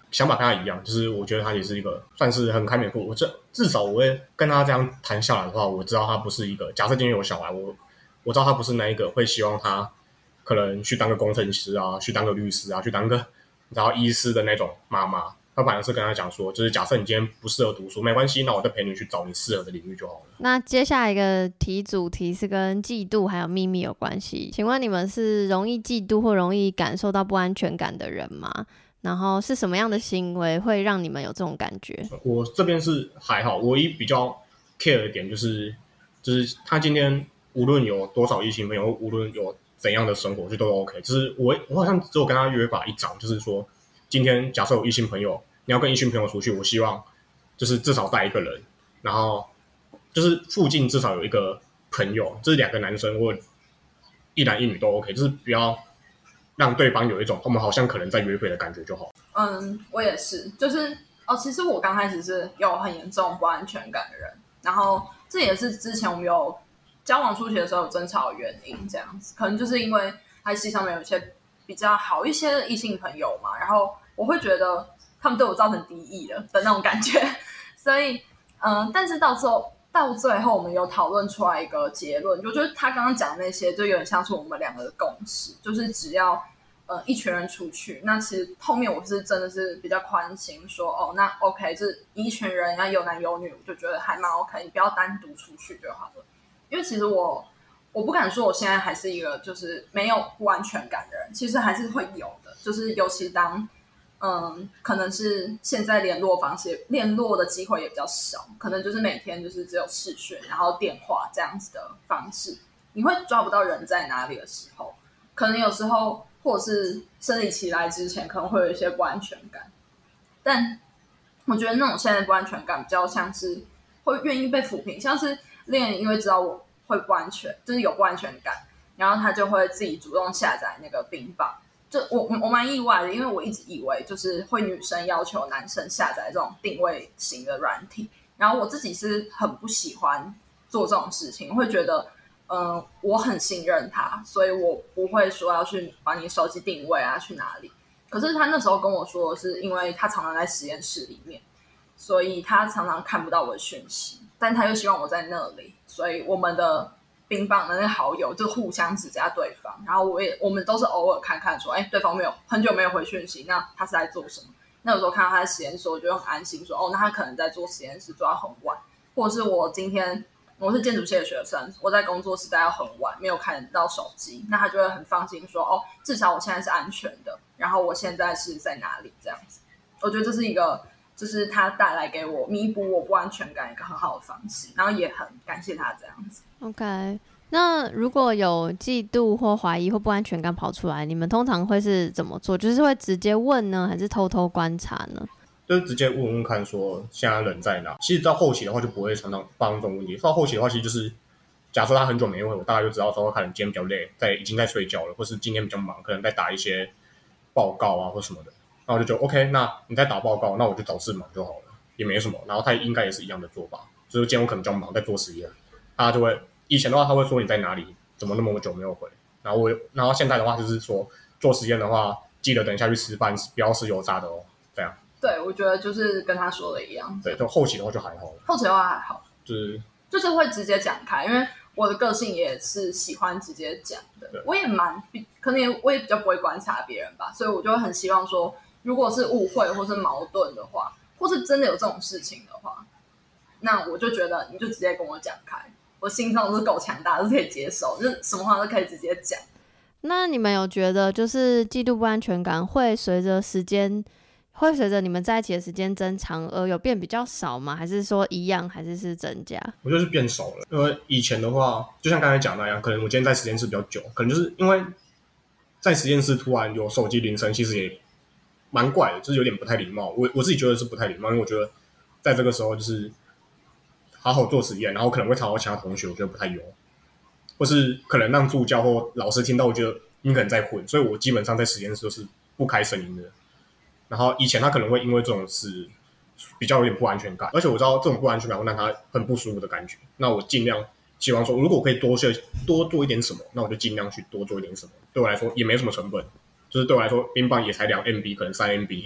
想法跟他一样，就是我觉得他也是一个算是很开明的。至少我会跟他这样谈下来的话，我知道他不是一个假设今天有小孩，我知道他不是那一个会希望他可能去当个工程师啊，去当个律师啊，去当个然后医师的那种妈妈。他反而是跟他讲说，就是假设你今天不适合读书，没关系，那我再陪你去找你适合的领域就好了。 那接下来一个主题是跟嫉妒还有秘密有关系，请问你们是容易嫉妒或容易感受到不安全感的人吗？然后是什么样的行为会让你们有这种感觉？ 我这边是还好，唯一比较 care 的点就是他今天无论有多少异性朋友，无论有怎样的生活，就都 OK。就是我好像只有跟他约法一章，就是说今天假设有异性朋友，你要跟异性朋友出去，我希望就是至少带一个人，然后就是附近至少有一个朋友，就是2个男生或一男一女都 OK， 就是不要让对方有一种我们好像可能在约会的感觉就好。 我也是，就是其实我刚开始是有很严重不安全感的人，然后这也是之前我们有交往初期的时候有争吵的原因，这样子，可能就是因为他系上面有一些比较好一些的异性朋友嘛，然后我会觉得他们对我造成敌意的那种感觉，所以但是到最后我们有讨论出来一个结论，就觉得他刚刚讲的那些就有点像是我们2个的共识，就是只要一群人出去，那其实后面我是真的是比较宽心说那 OK， 就是一群人要有男有女，我就觉得还蛮 OK， 你不要单独出去就好了。因为其实我不敢说我现在还是一个就是没有不安全感的人，其实还是会有的，就是尤其当可能是现在联络的机会也比较少，可能就是每天就是只有视讯然后电话这样子的方式，你会抓不到人在哪里的时候，可能有时候或者是生理期来之前可能会有一些不安全感，但我觉得那种现在的不安全感比较像是会愿意被抚平，像是恋人因为知道我会不安全，就是有不安全感，然后他就会自己主动下载那个冰棒。就我蛮意外的，因为我一直以为就是会女生要求男生下载这种定位型的软体，然后我自己是很不喜欢做这种事情，会觉得我很信任他，所以我不会说要去把你手机定位啊去哪里。可是他那时候跟我说的是因为他常常在实验室里面，所以他常常看不到我的讯息，但他又希望我在那里，所以我们的冰棒的那个好友就互相指加对方，然后我们都是偶尔看看说对方很久没有回讯息，那他是在做什么。那有时候看到他在实验室我就很安心说那他可能在做实验室做到很晚，或者是我是建筑系的学生，我在工作室待到很晚没有看到手机，那他就会很放心说至少我现在是安全的，然后我现在是在哪里这样子。我觉得这是一个就是他带来给我弥补我不安全感一个很好的方式，然后也很感谢他这样子。 OK， 那如果有嫉妒或怀疑或不安全感跑出来，你们通常会是怎么做？就是会直接问呢，还是偷偷观察呢？ 就是直接问看说现在人在哪。其实到后期的话就不会常常发生这种问题，到后期的话其实就是假设他很久没回我，大概就知道说可能今天比较累，已经在睡觉了，或是今天比较忙，可能在打一些报告啊或什么的，然后我就觉得 OK， 那你在打报告，那我就找事忙就好了，也没什么。然后他应该也是一样的做法，就是今天我可能比较忙在做实验，他就会以前的话他会说你在哪里，怎么那么久没有回，然后现在的话就是说做实验的话记得等一下去吃饭，不要吃油炸的哦，这样。 对，我觉得就是跟他说的一样。 对，就后期的话就还好了。 后期的话还好， 就是会直接讲开，因为我的个性也是喜欢直接讲的。我也可能我也比较不会观察别人吧，所以我就会很希望说，如果是误会或是矛盾的话，或是真的有这种事情的话，那我就觉得你就直接跟我讲开，我心脏是够强大，是可以接受，就是什么话都可以直接讲。 那你们有觉得就是嫉妒不安全感会随着你们在一起的时间增长而有变比较少吗？还是说一样，还是增加？ 我觉得是变少了，因为以前的话就像刚才讲那样，可能我今天在实验室比较久，可能就是因为在实验室突然有手机铃声，其实也蛮怪的，就是有点不太礼貌。我自己觉得是不太礼貌，因为我觉得在这个时候就是好好做实验，然后可能会吵到其他同学，我觉得不太有，或是可能让助教或老师听到，我觉得你可能在混，所以我基本上在实验室都是不开声音的。然后以前他可能会因为这种事比较有点不安全感，而且我知道这种不安全感会让他很不舒服的感觉。那我尽量希望说，如果我可以多做一点什么，那我就尽量去多做一点什么。对我来说也没什么成本，就是对我来说，冰棒也才2MB，可能3MB，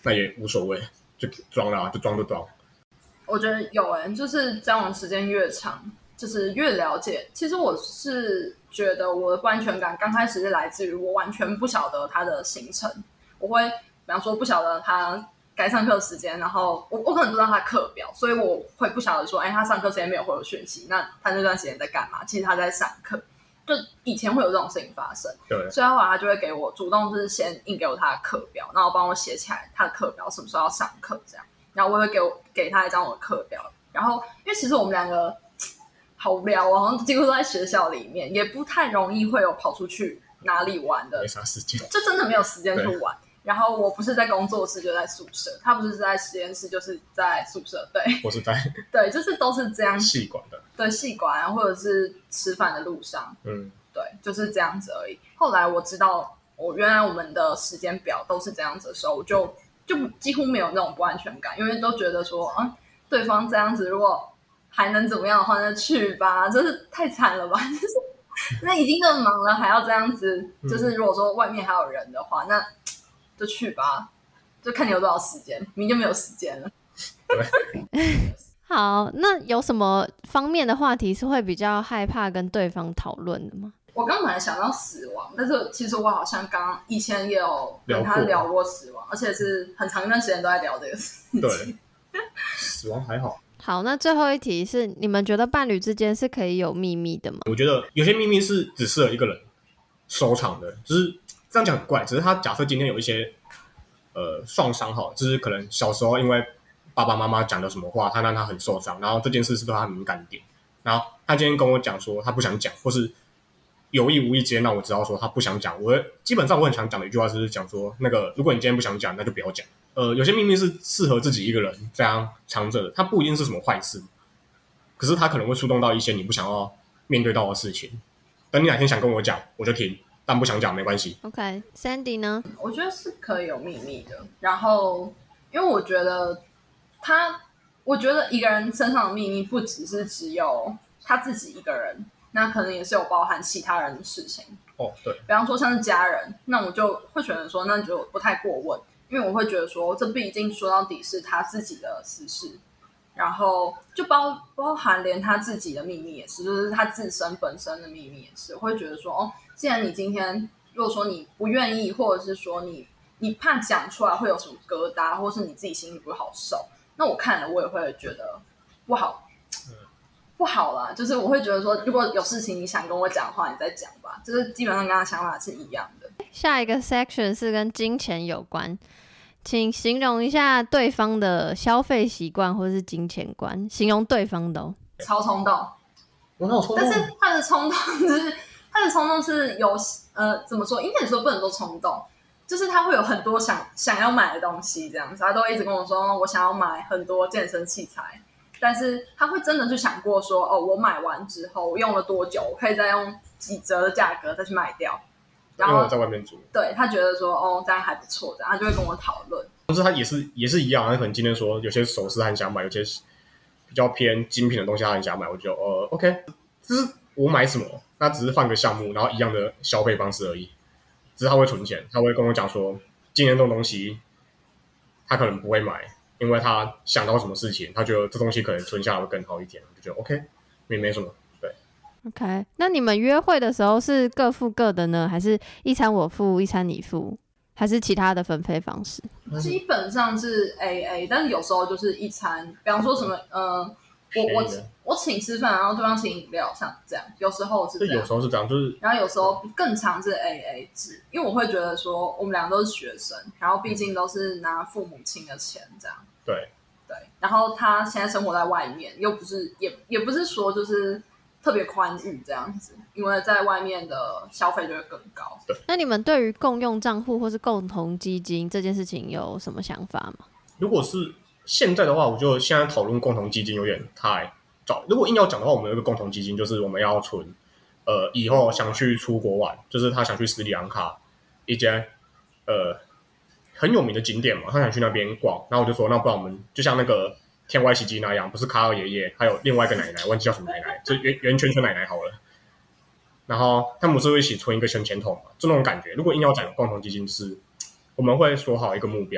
那也无所谓，就装了，就装就装。 我觉得有就是交往时间越长，就是越了解。其实我是觉得我的不安全感刚开始是来自于我完全不晓得他的行程，我会比方说不晓得他该上课时间，然后我可能不知道他的课表，所以我会不晓得说，他上课时间没有回我讯息，那他那段时间在干嘛？其实他在上课，就以前会有这种事情发生。 对， 所以后来他就会给我主动就是先印给我他的课表，然后帮我写起来他的课表什么时候要上课这样，然后我会给他一张我的课表，然后因为其实我们两个好无聊，好像几乎都在学校里面，也不太容易会有跑出去哪里玩的， 没啥时间， 就真的没有时间去玩。然后我不是在工作室就在宿舍，他不是在实验室就是在宿舍，对， 我是在对，就是都是这样系馆的， 对，系馆或者是吃饭的路上，对，就是这样子而已。后来我知道原来我们的时间表都是这样子的时候，我就几乎没有那种不安全感，因为都觉得说对方这样子如果还能怎么样的话，那去吧，真是太惨了吧，就是那已经那么忙了还要这样子，就是如果说外面还有人的话，那就去吧，就看你有多少时间，明就没有时间了。 好，那有什么方面的话题是会比较害怕跟对方讨论的吗？ 我刚本来想到死亡，但是其实我好像以前也有跟他聊过死亡，而且是很长一段时间都在聊这个事情。 对，死亡还好。 好，那最后一题是，你们觉得伴侣之间是可以有秘密的吗？ 我觉得有些秘密是只适合一个人收藏的，就是这样讲很怪，只是他假设今天有一些创伤哈，就是可能小时候因为爸爸妈妈讲的什么话，他让他很受伤，然后这件事是对他很敏感点，然后他今天跟我讲说他不想讲，或是有意无意间让我知道说他不想讲，基本上我很常讲的一句话就是讲说，那个如果你今天不想讲，那就不要讲。有些秘密是适合自己一个人这样藏着的，它不一定是什么坏事，可是它可能会触动到一些你不想要面对到的事情。等你哪天想跟我讲，我就听，但不想讲没关系。 OK，Sandy 呢？ 我觉得是可以有秘密的。然后，因为我觉得一个人身上的秘密不只有他自己一个人，那可能也是有包含其他人的事情。 对， 比方说像是家人，那我就会觉得说，那就不太过问。因为我会觉得说，这毕竟说到底是他自己的私事，然后就包含连他自己的秘密也是，就是他自身本身的秘密也是。我会觉得说，既然你今天如果说你不愿意，或者是说你怕讲出来会有什么疙瘩，或是你自己心里不好受，那我看了我也会觉得不好啦。就是我会觉得说，如果有事情你想跟我讲的话，你再讲吧。就是基本上跟他的想法是一样的。 下一个 section 是跟金钱有关，请形容一下对方的消费习惯或是金钱观，形容对方的超冲动， 我哪有冲动？ 但是他的冲动是有怎么说？应该说不能说冲动，就是他会有很多想要买的东西，这样子，他都会一直跟我说，我想要买很多健身器材。但是他会真的去想过说，我买完之后我用了多久，我可以再用几折的价格再去卖掉。然后因为我在外面住， 对，他觉得说这样还不错，这样他就会跟我讨论。 但是他也是一样，他可能今天说有些首饰他很想买，有些比较偏精品的东西他很想买，我就OK， 就是我买什么，那只是换个项目，然后一样的消费方式而已。只是他会存钱，他会跟我讲说，今天这种东西他可能不会买，因为他想到什么事情，他觉得这东西可能存下来会更好一点，我就觉得 OK， 没什么。 OK， 那你们约会的时候是各付各的呢，还是一餐我付一餐你付，还是其他的分配方式？ 基本上是 AA， 但是有时候就是一餐，比方说什么我请吃饭，然后对方请饮料，像这样，有时候是这样， 有时候是这样，就是然后有时候更常是 AA 制，因为我会觉得说我们两个都是学生，然后毕竟都是拿父母亲的钱这样， 对， 然后他现在生活在外面，又不是也不是说就是特别宽裕这样子，因为在外面的消费就会更高。 对， 那你们对于共用账户或是共同基金这件事情有什么想法吗？ 如果是现在的话，我觉得现在讨论共同基金有点太早。如果硬要讲的话，我们有一个共同基金，就是我们要存，以后想去出国玩，就是他想去斯里兰卡一间很有名的景点嘛，他想去那边逛，然后我就说，那不然我们就像那个天外奇迹那样，不是卡尔爷爷，还有另外一个奶奶，忘记叫什么奶奶，就圆圈圈奶奶好了。然后他们不是会一起存一个存钱筒嘛，就那种感觉。如果硬要讲共同基金，就是我们会说好一个目标，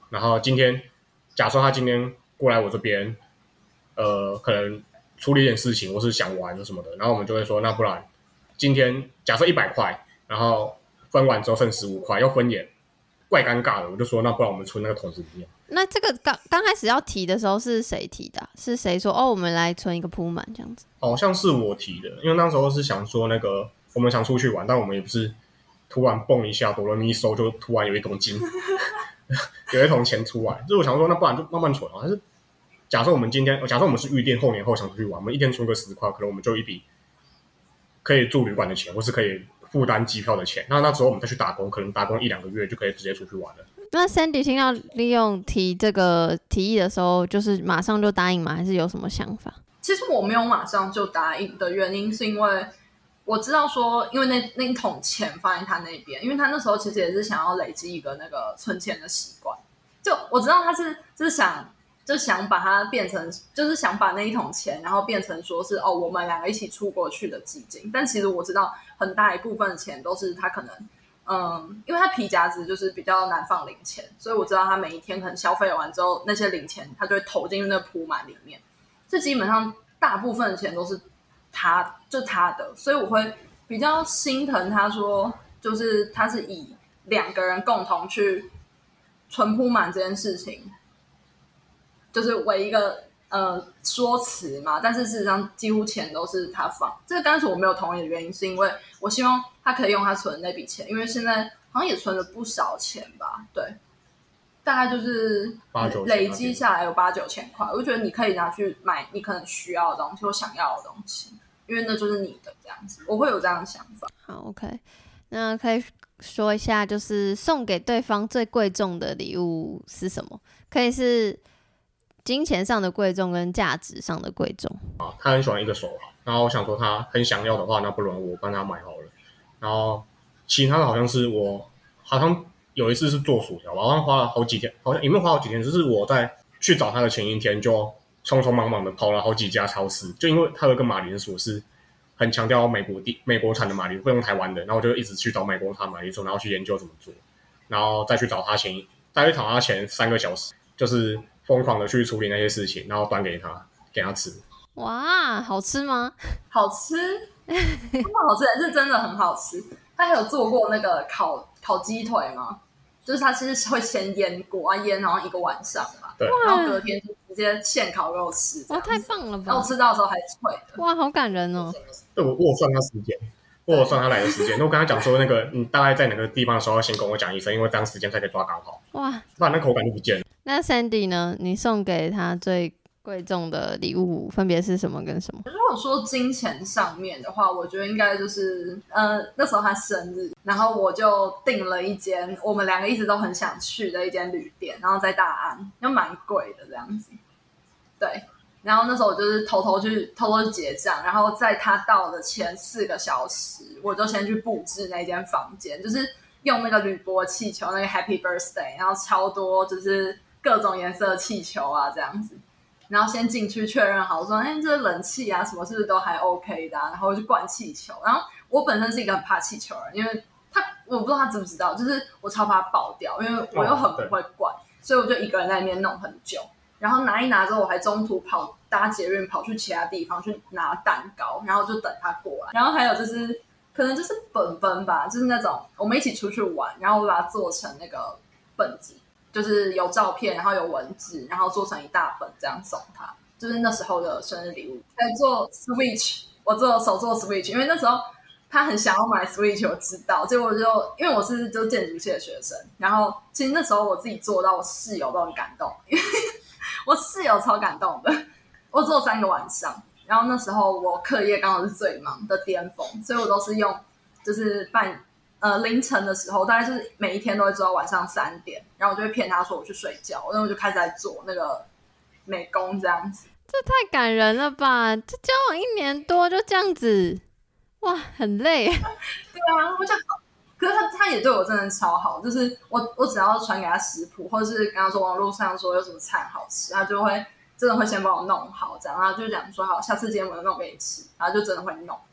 然后假设他今天过来我这边，可能处理一点事情，或是想玩什么的，然后我们就会说，那不然今天假设100块，然后分完之后剩15块，要分也怪尴尬的，我就说那不然我们存那个桶子里面。 那这个刚开始要提的时候是谁提的是谁说我们来存一个铺满这样子？ 好像是我提的，因为那时候是想说那个我们想出去玩，但我们也不是突然蹦一下哆来咪收就突然有一桶金有一桶钱出来，就是我想说那不然就慢慢存。但是假设我们是预定后年后想出去玩，我们一天出个10块，可能我们就有一笔可以住旅馆的钱，或是可以负担机票的钱。那时候我们再去打工，可能打工1-2个月就可以直接出去玩了。 那 Sandy 听到利用提这个提议的时候，就是马上就答应吗？还是有什么想法？ 其实我没有马上就答应的原因是因为我知道说，因为那一桶钱放在他那边，因为他那时候其实也是想要累积一个那个存钱的习惯。就我知道他就是想把它变成，就是想把那一桶钱，然后变成说是我们2个一起出国去的基金。但其实我知道很大一部分的钱都是他可能。因为他皮夹子就是比较难放零钱，所以我知道他每一天可能消费完之后，那些零钱他就会投进那个铺满里面，所以基本上大部分的钱都是他的，所以我会比较心疼他说，就是他是以2个人共同去存铺满这件事情，就是为一个说辞嘛，但是事实上几乎钱都是他放。这个刚开始我没有同意的原因是因为我希望他可以用他存的那笔钱，因为现在好像也存了不少钱吧，对，大概就是累积下来有8-9千块，我就觉得你可以拿去买你可能需要的东西或想要的东西，因为那就是你的这样子，我会有这样的想法。 好 ，OK， 那可以说一下，就是送给对方最贵重的礼物是什么？可以是金钱上的贵重跟价值上的贵重。 他很喜欢一个手环，然后我想说他很想要的话，那不然我帮他买好了。然后其他的好像是我好像有一次是做薯条吧，好像花了好几天，好像也没有花好几天，就是我在去找他的前一天就匆匆忙忙的跑了好几家超市，就因为他有一个马铃薯是很强调美国产的马铃薯，不用台湾的，然后我就一直去找美国产马铃薯，然后去研究怎么做，然后再去找他前3个小时，就是疯狂的去处理那些事情，然后端给他吃。 哇，好吃吗？ 好吃，好吃，是真的很好吃。他还有做过那个烤鸡腿吗？就是他其实会先腌过，腌好像1个晚上嘛， 对， 然后隔天就直接现烤肉吃。 哇，太棒了吧！ 然后吃到的时候还脆的。 哇，好感人哦。 对，我有算他时间。我有算他来的时间，我跟他讲说，那个你大概在哪个地方的时候，要先跟我讲一声，因为这样时间才可以抓刚好。 哇， 不然那口感就不见了。 那 Sandy 呢？你送给他最贵重的礼物分别是什么跟什么？ 如果说金钱上面的话，我觉得应该就是那时候他生日，然后我就订了一间我们2个一直都很想去的一间旅店，然后在大安，又蛮贵的这样子。对，然后那时候我就是偷偷去结账，然后在他到的前4个小时，我就先去布置那间房间，就是用那个铝箔气球，那个 Happy Birthday， 然后超多就是各种颜色的气球啊这样子，然后先进去确认好说，这冷气啊什么是不是都还 OK 的然后就灌气球。然后我本身是一个很怕气球的人，因为我不知道他知不知道，就是我超怕爆掉，因为我又很不会灌，所以我就一个人在那边弄很久。然后拿一拿之后，我还中途搭捷运跑去其他地方去拿蛋糕，然后就等他过来。然后还有就是可能就是本本吧，就是那种我们一起出去玩，然后我把它做成那个本子，就是有照片，然后有文字，然后做成一大本这样送他，就是那时候的生日礼物。在做 Switch， 我手做 Switch， 因为那时候他很想要买 Switch， 我知道，结果因为我是就建筑系的学生，然后其实那时候我自己做到，我室友都很感动，因为我室友超感动的，我做3个晚上，然后那时候我课业刚好是最忙的巅峰，所以我都是用就是凌晨的时候，大概就是每一天都会做到晚上3点，然后我就会骗他说我去睡觉，然后我就开始在做那个美工这样子。 这太感人了吧！这交往1年多就这样子，哇，很累。对啊，我就好。可是他也对我真的超好，就是我只要传给他食谱，或者是跟他说网络上说有什么菜好吃，他就会真的会先帮我弄好这样，然后就讲说好，下次今天我弄给你吃，然后就真的会弄。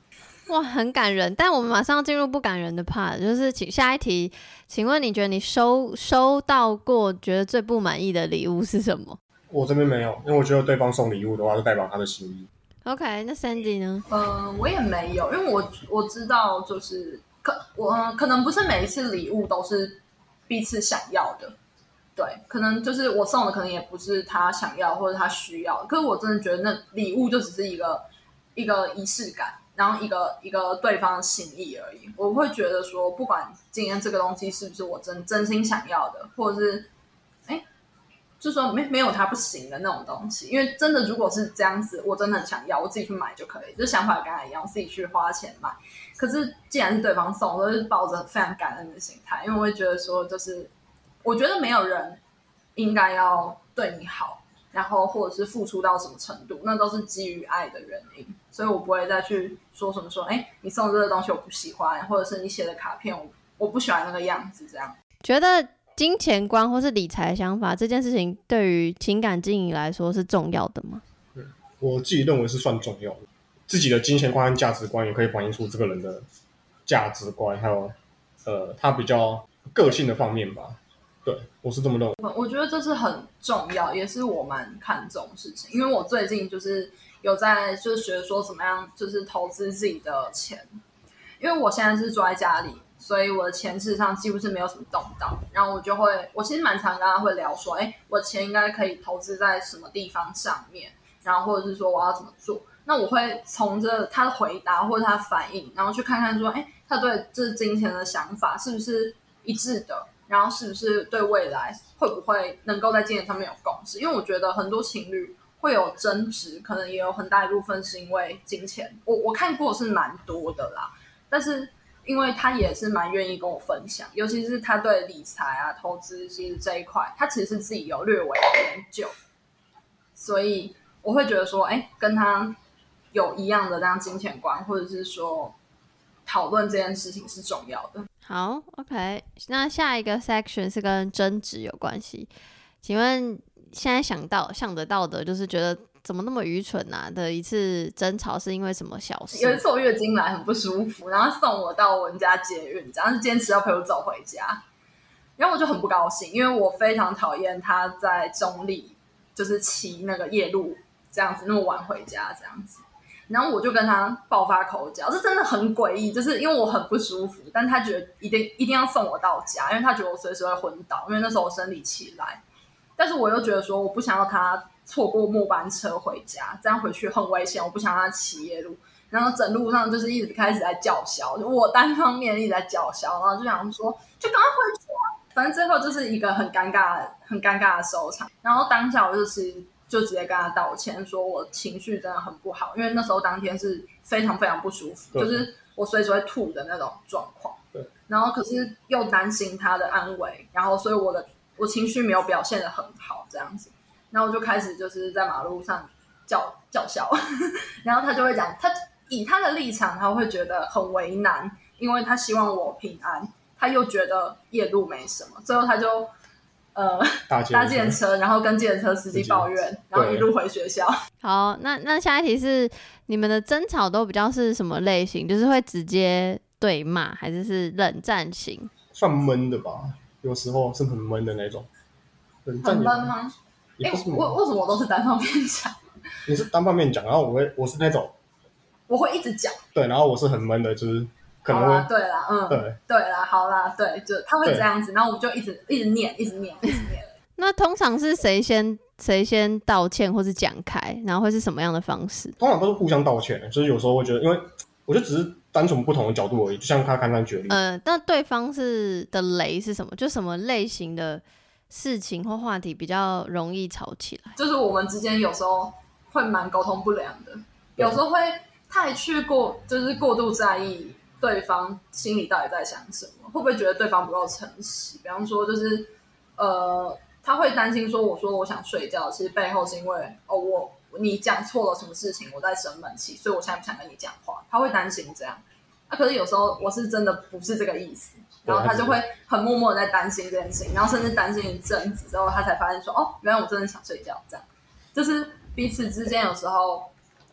哇，很感人。但我们马上进入不感人的 part， 就是下一题，请问你觉得你收到过觉得最不满意的礼物是什么？ 我这边没有，因为我觉得对方送礼物的话，就代表他的心意。 OK， 那 Sandy 呢？ 我也没有，因为我知道，就是可能不是每一次礼物都是彼此想要的，对，可能就是我送的可能也不是他想要或者他需要，可是我真的觉得那礼物就只是一个仪式感，然后一个对方的心意而已。我会觉得说，不管今天这个东西是不是我真心想要的，或者是就是说没有它不行的那种东西，因为真的如果是这样子，我真的很想要，我自己去买就可以，就想法跟他一样，自己去花钱买。可是既然是对方送，我就是抱着非常感恩的心态，因为我会觉得说，就是我觉得没有人应该要对你好，然后或者是付出到什么程度，那都是基于爱的原因，所以我不会再去说什么说，你送这个东西我不喜欢，或者是你写的卡片我不喜欢那个样子，这样觉得金钱观或是理财想法这件事情对于情感经营来说是重要的吗？ 我自己认为是算重要的。自己的金钱观和价值观也可以反映出这个人的价值观，还有他比较个性的方面吧。对，我是这么认为。 我觉得这是很重要，也是我蛮看重的事情。因为我最近就是有在就是学说怎么样就是投资自己的钱，因为我现在是住在家里，所以我的钱事实上几乎是没有什么动到。然后我其实蛮常跟他会聊说，我的钱应该可以投资在什么地方上面，然后或者是说我要怎么做。那我会从着他的回答或者他的反应，然后去看看说，他对这金钱的想法是不是一致的，然后是不是对未来会不会能够在金钱上面有共识。因为我觉得很多情侣会有争执，可能也有很大一部分是因为金钱。我看过是蛮多的啦，但是因为他也是蛮愿意跟我分享，尤其是他对理财啊、投资其实这一块，他其实是自己有略微的研究，所以我会觉得说，跟他有一样的这样金钱观，或者是说讨论这件事情是重要的。 好 ，OK， 那下一个 section 是跟争执有关系。请问现在想得到的，就是觉得怎么那么愚蠢啊的一次争吵是因为什么小事？ 有一次我月经来很不舒服，然后送我到我们家捷运，然后坚持要陪我走回家，然后我就很不高兴，因为我非常讨厌他在中立就是骑那个夜路这样子那么晚回家这样子。然后我就跟他爆发口角，这真的很诡异，就是因为我很不舒服，但他觉得一定要送我到家，因为他觉得我随时会昏倒，因为那时候我生理期来。但是我又觉得说我不想要他错过末班车回家，这样回去很危险，我不想让他骑夜路。然后整路上就是一直开始在叫嚣，就我单方面一直在叫嚣，然后就想说就赶快回去啊。反正最后就是一个很尴尬的收场。然后当下我就直接跟他道歉，说我情绪真的很不好，因为那时候当天是非常非常不舒服，就是我随时会吐的那种状况。然后可是又担心他的安危，然后所以我情绪没有表现得很好这样子。然后我就开始就是在马路上叫嚣，然后他就会讲，他以他的立场他会觉得很为难，因为他希望我平安，他又觉得夜路没什么，最后他就搭计程车，然后跟计程车司机抱怨，然后一路回学校。 好，那下一题是你们的争吵都比较是什么类型？就是会直接对骂，还是冷战型？ 算闷的吧，有时候是很闷的那种。 很闷吗？为什么我都是单方面讲？ 你是单方面讲，然后我是那种我会一直讲。 对，然后我是很闷的，就是可能会对啦，对啦，好啦，对，就他会这样子，然后我们就一直念。 嗯那通常是谁先道歉或是讲开，然后会是什么样的方式？ 通常都是互相道歉，就是有时候会觉得，因为我就只是单纯不同的角度而已，就像他刚刚举例。 那对方的雷是什么？就什么类型的事情或话题比较容易吵起来？ 就是我们之间有时候会蛮沟通不良的，有时候会太就是过度在意对方心里到底在想什么，会不会觉得对方不够诚实？比方说就是他会担心说我说我想睡觉，其实背后是因为你讲错了什么事情，我在生闷气，所以我现在不想跟你讲话。他会担心这样。可是有时候我是真的不是这个意思，然后他就会很默默的在担心这件事情，然后甚至担心一阵子之后，他才发现说原来我真的想睡觉。这样就是彼此之间有时候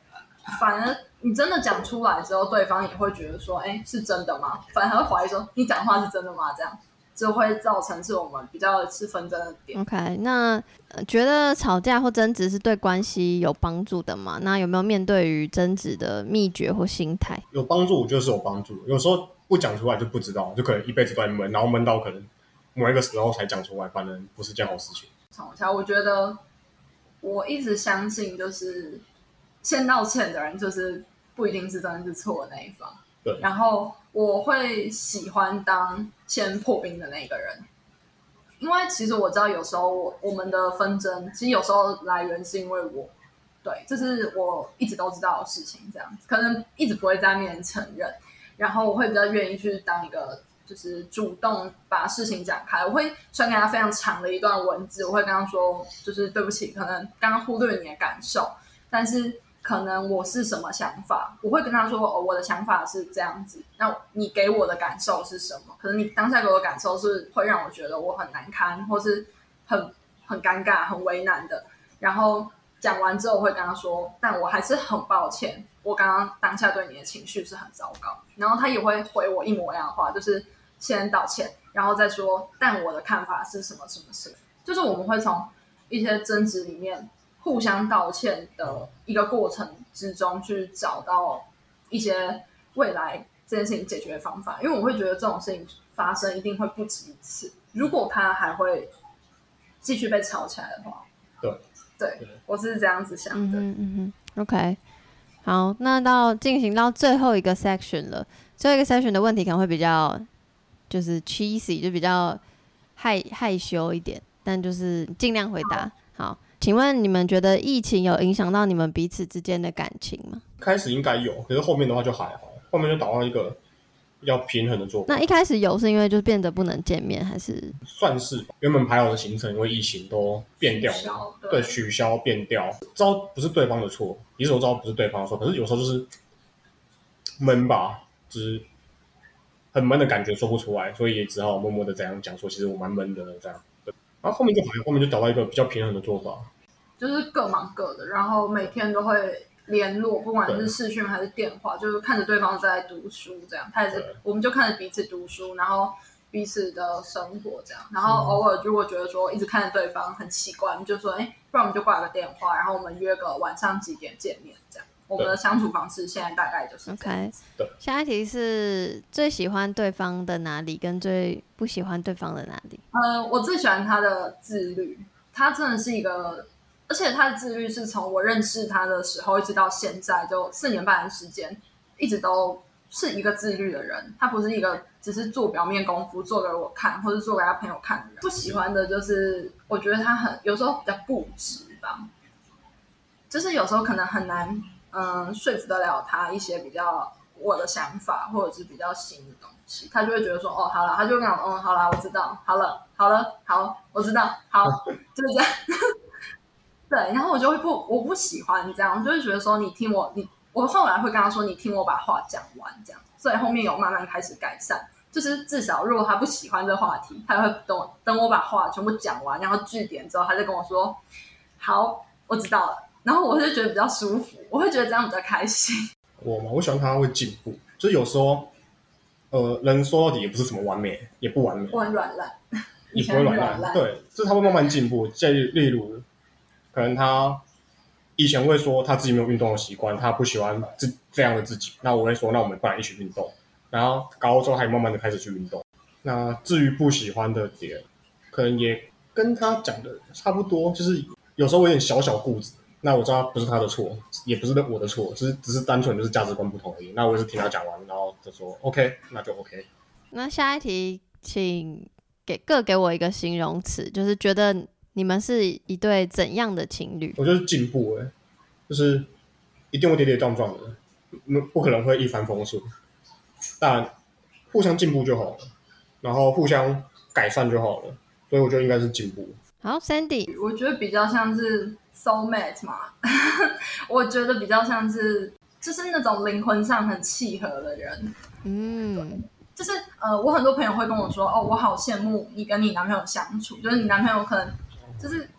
反而你真的讲出来之后，对方也会觉得说，哎，是真的吗？反而会怀疑说，你讲话是真的吗？这样就会造成是我们比较是纷争的点。 OK， 那觉得吵架或争执是对关系有帮助的吗？那有没有面对于争执的秘诀或心态？ 有帮助，我觉得是有帮助。有时候不讲出来就不知道，就可能一辈子都在闷，然后闷到可能某一个时候才讲出来，反正不是件好事情。 吵架，我觉得我一直相信，就是先道歉的人，就是不一定是真的是错的那一方。 对。 然后我会喜欢当先破冰的那个人，因为其实我知道有时候我们的纷争，其实有时候来源是因为我，对，这是我一直都知道的事情，这样子可能一直不会在面前承认，然后我会比较愿意去当一个。就是主动把事情讲开，我会传给他非常长的一段文字，我会跟他说，就是对不起，可能刚刚忽略你的感受，但是可能我是什么想法，我会跟他说，哦，我的想法是这样子，那你给我的感受是什么？可能你当下给我的感受是会让我觉得我很难堪，或是很尴尬、很为难的。然后讲完之后，我会跟他说，但我还是很抱歉，我刚刚当下对你的情绪是很糟糕。然后他也会回我一模一样的话，就是先道歉，然后再说，但我的看法是什么什么什么，就是我们会从一些争执里面互相道歉的一个过程之中去找到一些未来这件事情解决的方法，因为我会觉得这种事情发生一定会不止一次，如果他还会继续被吵起来的话，对，我是这样子想的。 OK， 好，那进行到最后一个 section 了，最后一个 section 的问题可能会比较就是 cheesy， 就比较害羞一点，但就是尽量回答。好，请问你们觉得疫情有影响到你们彼此之间的感情吗？ 开始应该有，可是后面的话就还好，后面就导到一个比较平衡的做法。 那一开始有是因为就变得不能见面，还是算是吧？原本排好的行程因为疫情都变掉了，对，取消变掉。知道不是对方的错，其实我知道不是对方的错，可是有时候就是闷吧，就是很闷的感觉说不出来，所以也只好默默的这样讲说，其实我蛮闷的这样。对，然后后面就好，后面就找到一个比较平衡的做法， 就是各忙各的，然后每天都会联络，不管是视讯还是电话，就是看着对方在读书这样，他也是，我们就看着彼此读书，然后彼此的生活这样，然后偶尔如果觉得说一直看着对方很奇怪，我们就说，不然我们就挂个电话，然后我们约个晚上几点见面这样。我们的相处方式现在大概就是这样子。 OK， 下一题是最喜欢对方的哪里，跟最不喜欢对方的哪里？ 我最喜欢他的自律，他真的是一个，而且他的自律是从我认识他的时候一直到现在，就4年半的时间，一直都是一个自律的人。他不是一个只是做表面功夫做给我看，或者做给他朋友看的人。不喜欢的就是我觉得他有时候比较固执吧，就是有时候可能很难。说服得了他一些比较我的想法，或者是比较新的东西，他就会觉得说，哦，好了，他就会跟我，好了，我知道，好了，好，我知道，好，就是这样。对，然后我不喜欢这样，我就会觉得说，我后来会跟他说，你听我把话讲完，这样，所以后面有慢慢开始改善，就是至少如果他不喜欢这话题，他会等我把话全部讲完，然后句点之后，他就跟我说，好，我知道了。然后我就觉得比较舒服，我会觉得这样比较开心。 我喜欢他会进步，就是有时候，人说到底也不是什么完美，也不完美， 我很软烂， 也不会软烂，对，就是他会慢慢进步。例如，可能他以前会说他自己没有运动的习惯，他不喜欢这样的自己，那我会说，那我们不然一起运动。然后高中还慢慢的开始去运动。那至于不喜欢的点，可能也跟他讲的差不多，就是有时候我有点小固执。那我知道不是他的错，也不是我的错，只是单纯就是价值观不同而已。那我也是听他讲完，然后就说 OK， 那就 OK。 那下一题，请各给我一个形容词，就是觉得你们是一对怎样的情侣？ 我觉得是进步就是一定会跌跌撞撞的，不可能会一帆风顺，但互相进步就好了，然后互相改善就好了，所以我觉得应该是进步。 好 ，Sandy， 我觉得比较像是 soulmate 嘛，我觉得比较像是就是那种灵魂上很契合的人。就是我很多朋友会跟我说，哦，我好羡慕你跟你男朋友相处，就是你男朋友可能就是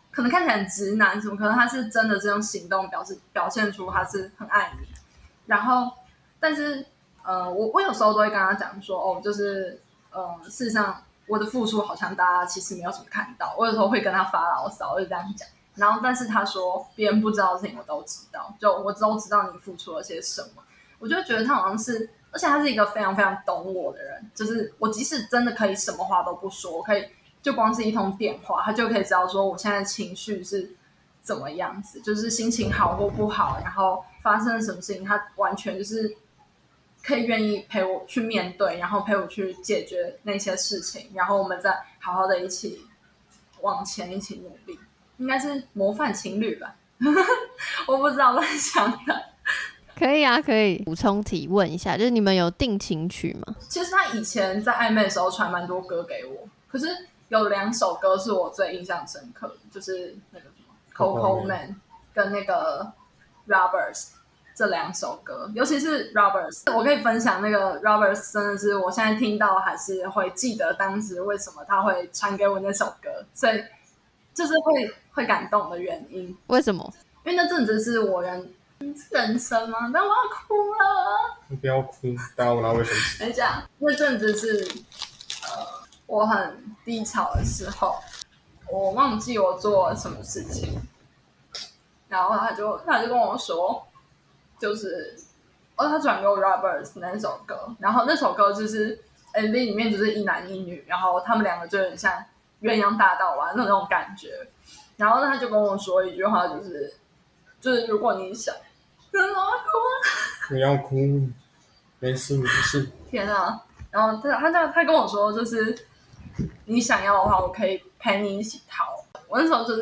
可能看起来很直男什么，可能他是真的是用行动表现出他是很爱你。然后，但是我有时候都会跟他讲说，哦，就是事实上我的付出好像大家其实没有什么看到。我有时候会跟他发牢骚，就这样讲。然后，但是他说别人不知道的事情我都知道，就我都知道你付出了些什么。我就觉得他好像是，而且他是一个非常非常懂我的人，就是我即使真的可以什么话都不说，我可以就光是一通电话，他就可以知道说我现在情绪是怎么样子，就是心情好或不好，然后发生了什么事情，他完全就是可以愿意陪我去面对，然后陪我去解决那些事情，然后我们再好好的一起往前，一起努力，应该是模范情侣吧？我不知道乱想的。 可以啊，可以补充提问一下，就是你们有定情曲吗？ 其实他以前在暧昧的时候传蛮多歌给我，可是有2首歌是我最印象深刻的，就是那个什么 Coco Man 跟那个 Robbers 这2首歌，尤其是 Robbers， 我可以分享那个 Robbers 真的是我现在听到还是会记得当时为什么他会传给我那首歌，所以就是会感动的原因。 为什么？ 因为那阵子是我人生吗？但我要哭了。 你不要哭，大家我拿卫生纸。 等一下，那阵子是我很低潮的时候，我忘记我做了什么事情，然后他就跟我说，就是他转给我 Robbers 那首歌，然后那首歌就是 MV 里面就是一男一女，然后他们2个就很像鸳鸯大盗玩那种感觉，然后他就跟我说一句话，就是如果你想。真的要哭啊！ 不要哭，没事没事。 天啊！然后他跟我说，就是你想要的话，我可以陪你一起逃。我那时候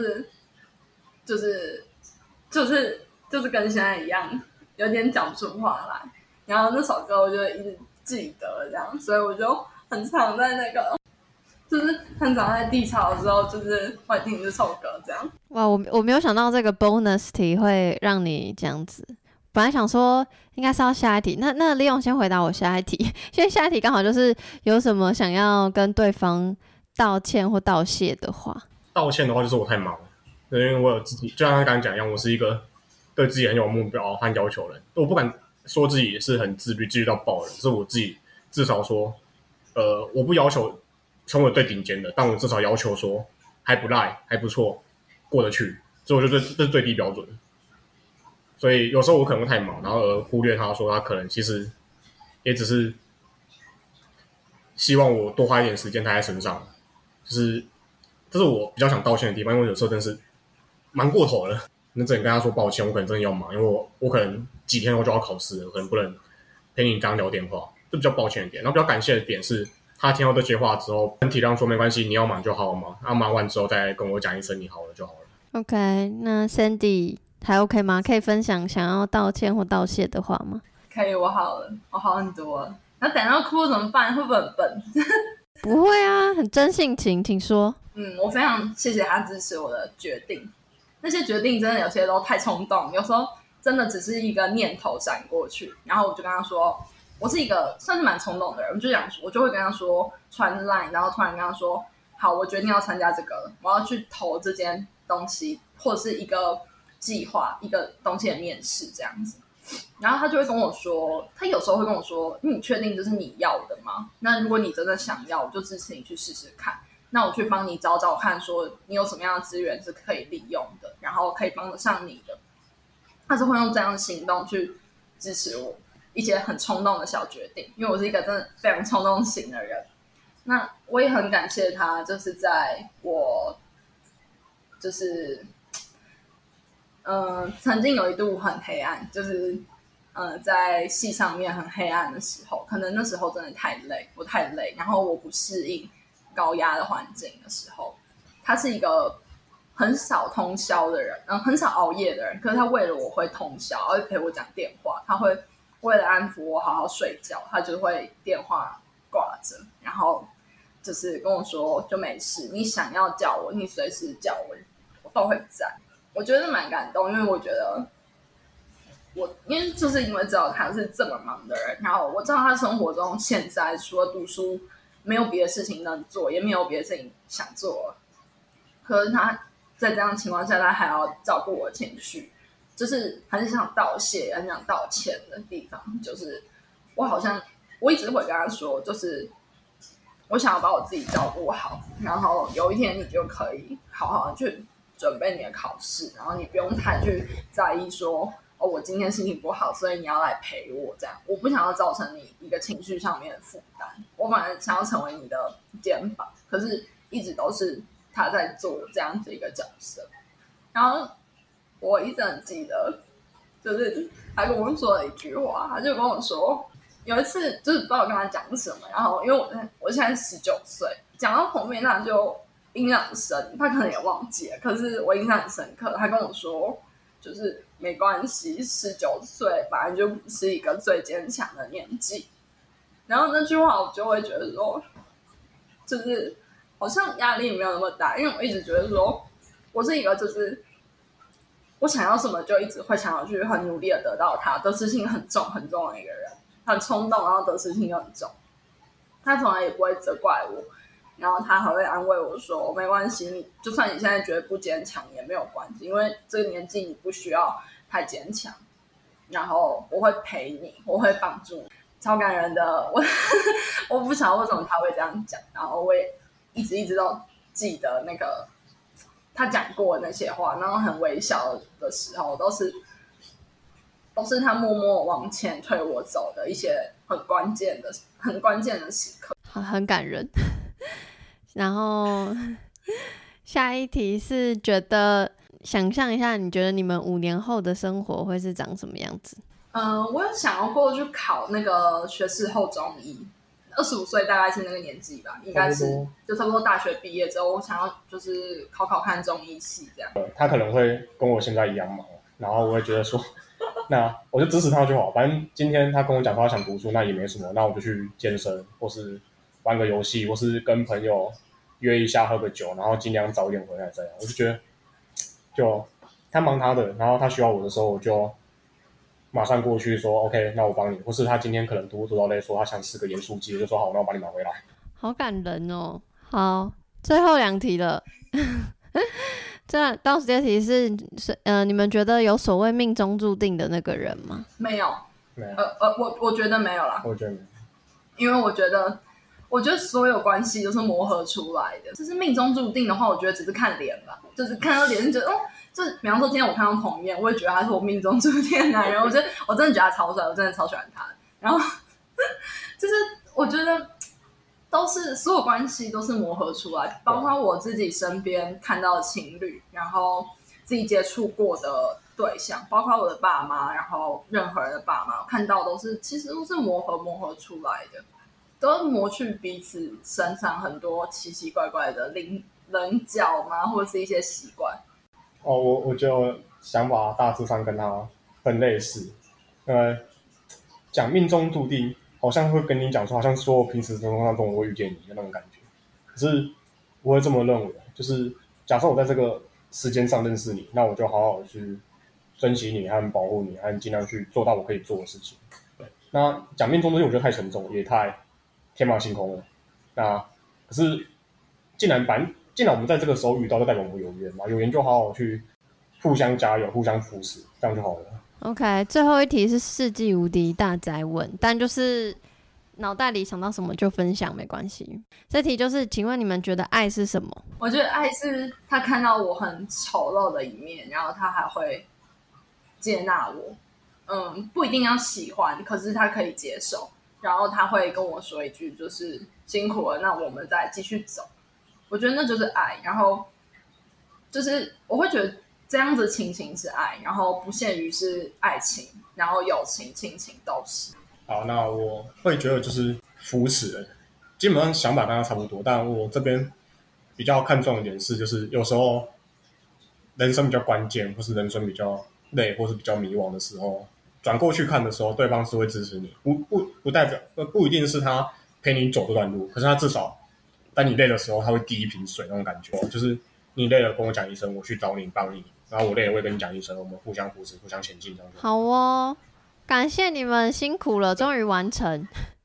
就是跟现在一样，有点讲不出话来。然后那首歌我就一直记得这样，所以我就很常在那个，就是很常在低潮的时候，就是会听这首歌这样。 哇，我没有想到这个 bonus 题会让你这样子。本来想说应该是要下一题，那利用先回答我下一题，因为下一题刚好就是有什么想要跟对方道歉或道谢的话。 道歉的话就是我太忙了，因为我有自己，就像他刚刚讲一样，我是一个对自己很有目标和要求的人，我不敢说自己是很自律到爆的人，是我自己至少说，我不要求成为最顶尖的，但我至少要求说还不赖，还不错，过得去，所以我觉得这是最低标准。所以有时候我可能会太忙，然后而忽略他说他可能其实也只是希望我多花一点时间他在身上，就是这是我比较想道歉的地方，因为有时候真是蛮过头了。那只能跟他说抱歉，我可能真的要忙，因为我可能几天后就要考试了，我可能不能陪你刚聊电话，这比较抱歉的点。然后比较感谢的点是，他听到这些话之后，很体谅说没关系，你要忙就好好忙，忙完之后再跟我讲一声你好了就好了。 OK， 那 Sandy 还 OK 吗？可以分享想要道歉或道谢的话吗？ 可以，我好了，我好很多了。那等到哭怎么办？会不会很笨？ 不会啊，很真性情，请说。 我非常谢谢他支持我的决定。那些决定真的有些都太冲动，有时候真的只是一个念头闪过去，然后我就跟他说，我是一个算是蛮冲动的人，我就会跟他说传 line， 然后突然跟他说，好，我决定要参加这个了，我要去投这件东西，或者是一个计划，一个东西的面试这样子。然后他就会跟我说，他有时候会跟我说，你确定这是你要的吗？那如果你真的想要，我就支持你去试试看。那我去帮你找找看，说你有什么样的资源是可以利用的，然后可以帮得上你的。他是会用这样的行动去支持我一些很冲动的小决定，因为我是一个真的非常冲动型的人。那我也很感谢他，就是在我就是曾经有一度很黑暗，就是在系上面很黑暗的时候，可能那时候真的我太累，然后我不适应高压的环境的时候，他是一个很少通宵的人，很少熬夜的人，可是他为了我会通宵，会陪我讲电话，他会为了安抚我好好睡觉，他就会电话挂着，然后就是跟我说就没事，你想要叫我，你随时叫我，我都会在。我觉得蛮感动，因为我觉得因为就是因为知道他是这么忙的人，然后我知道他生活中现在除了读书没有别的事情能做，也没有别的事情想做了，可是他在这样的情况下，他还要照顾我的情绪，就是很想道谢、很想道歉的地方，就是我一直会跟他说，就是我想要把我自己照顾好，然后有一天你就可以好好的去准备你的考试，然后你不用太去在意说我今天心情不好，所以你要来陪我这样。我不想要造成你一个情绪上面的负担，我反而想要成为你的肩膀，可是一直都是他在做这样子一个角色。然后我一直很记得，就是他跟我说了一句话，他就跟我说，有一次就是不知道我跟他讲什么，然后因为我现在19岁，讲到后面那就印象很深，他可能也忘记了，可是我印象很深刻。他跟我说，就是没关系，19岁本来就不是一个最坚强的年纪。然后那句话我就会觉得说，就是好像压力没有那么大，因为我一直觉得说我是一个就是我想要什么就一直会想要去很努力的得到它，得失心很重很重的一个人，很冲动，然后得失心又很重。他从来也不会责怪我，然后他还会安慰我说没关系，你就算你现在觉得不坚强也没有关系，因为这个年纪你不需要太坚强，然后我会陪你，我会帮助你，超感人的。我不晓得为什么他会这样讲，然后我也一直都记得那个他讲过的那些话，然后很微小的时候都是他默默往前推我走的一些很关键的时刻， 很感人。然后下一题是觉得想象一下，你觉得你们5年后的生活会是长什么样子？ 我有想要过去考那个学士后中医，25岁大概是那个年纪吧，应该是就差不多大学毕业之后，我想要就是考看中医系这样。 他可能会跟我现在一样忙，然后我会觉得说，那我就支持他就好。反正今天他跟我讲说他想读书，那也没什么，那我就去健身，或是玩个游戏，或是跟朋友约一下喝个酒，然后尽量早一点回来这样。我就觉得，就他忙他的，然后他需要我的时候，我就马上过去说 OK， 那我帮你。或是他今天可能读到累，说他想吃个盐酥鸡，就说好，那我帮你买回来。 好感人哦。好，最后2题了。这倒数第2题是你们觉得有所谓命中注定的那个人吗？ 没有，我觉得没有啦。 我觉得没有， 因为我觉得所有关系都是磨合出来的。就是命中注定的话，我觉得只是看脸吧，就是看到脸就觉得就是比方说今天我看到彭于晏，我也觉得他是我命中注定的男人。我真的觉得他超帅，我真的超喜欢他的。然后就是我觉得都是所有关系都是磨合出来，包括我自己身边看到的情侣，然后自己接触过的对象，包括我的爸妈，然后任何人的爸妈看到其实都是磨合出来的，都磨去彼此身上很多奇奇怪怪的棱角嘛，或者是一些习惯。 我就想法大致上跟他很类似，讲命中注定，好像会跟你讲说，好像说我平时生活当中我会遇见你的那种感觉。可是我会这么认为，就是假设我在这个时间上认识你，那我就好好去珍惜你和保护你，和尽量去做到我可以做的事情。那讲命中注定，我觉得太沉重，也太天马行空了。那可是既然我们在这个时候遇到，就代表我们有缘嘛，有缘就好好去互相加油，互相扶持，这样就好了。 OK， 最后一题是世纪无敌大哉问，但就是脑袋里想到什么就分享没关系。这题就是，请问你们觉得爱是什么？ 我觉得爱是他看到我很丑陋的一面，然后他还会接纳我。不一定要喜欢，可是他可以接受，然后他会跟我说一句，就是辛苦了，那我们再继续走。我觉得那就是爱，然后就是我会觉得这样子情形是爱，然后不限于是爱情，然后友情、亲情都是。 好，那我会觉得就是扶持人，基本上想法跟他差不多，但我这边比较看重一点是，就是有时候人生比较关键，或是人生比较累，或是比较迷惘的时候，转过去看的时候，对方是会支持你，不代表不一定是他陪你走这段路，可是他至少当你累的时候，他会递一瓶水那种感觉，就是你累了跟我讲一声，我去找你帮你，然后我累了我也跟你讲一声，我们互相扶持，互相前进这样子。 好哦，感谢你们辛苦了，终于完成。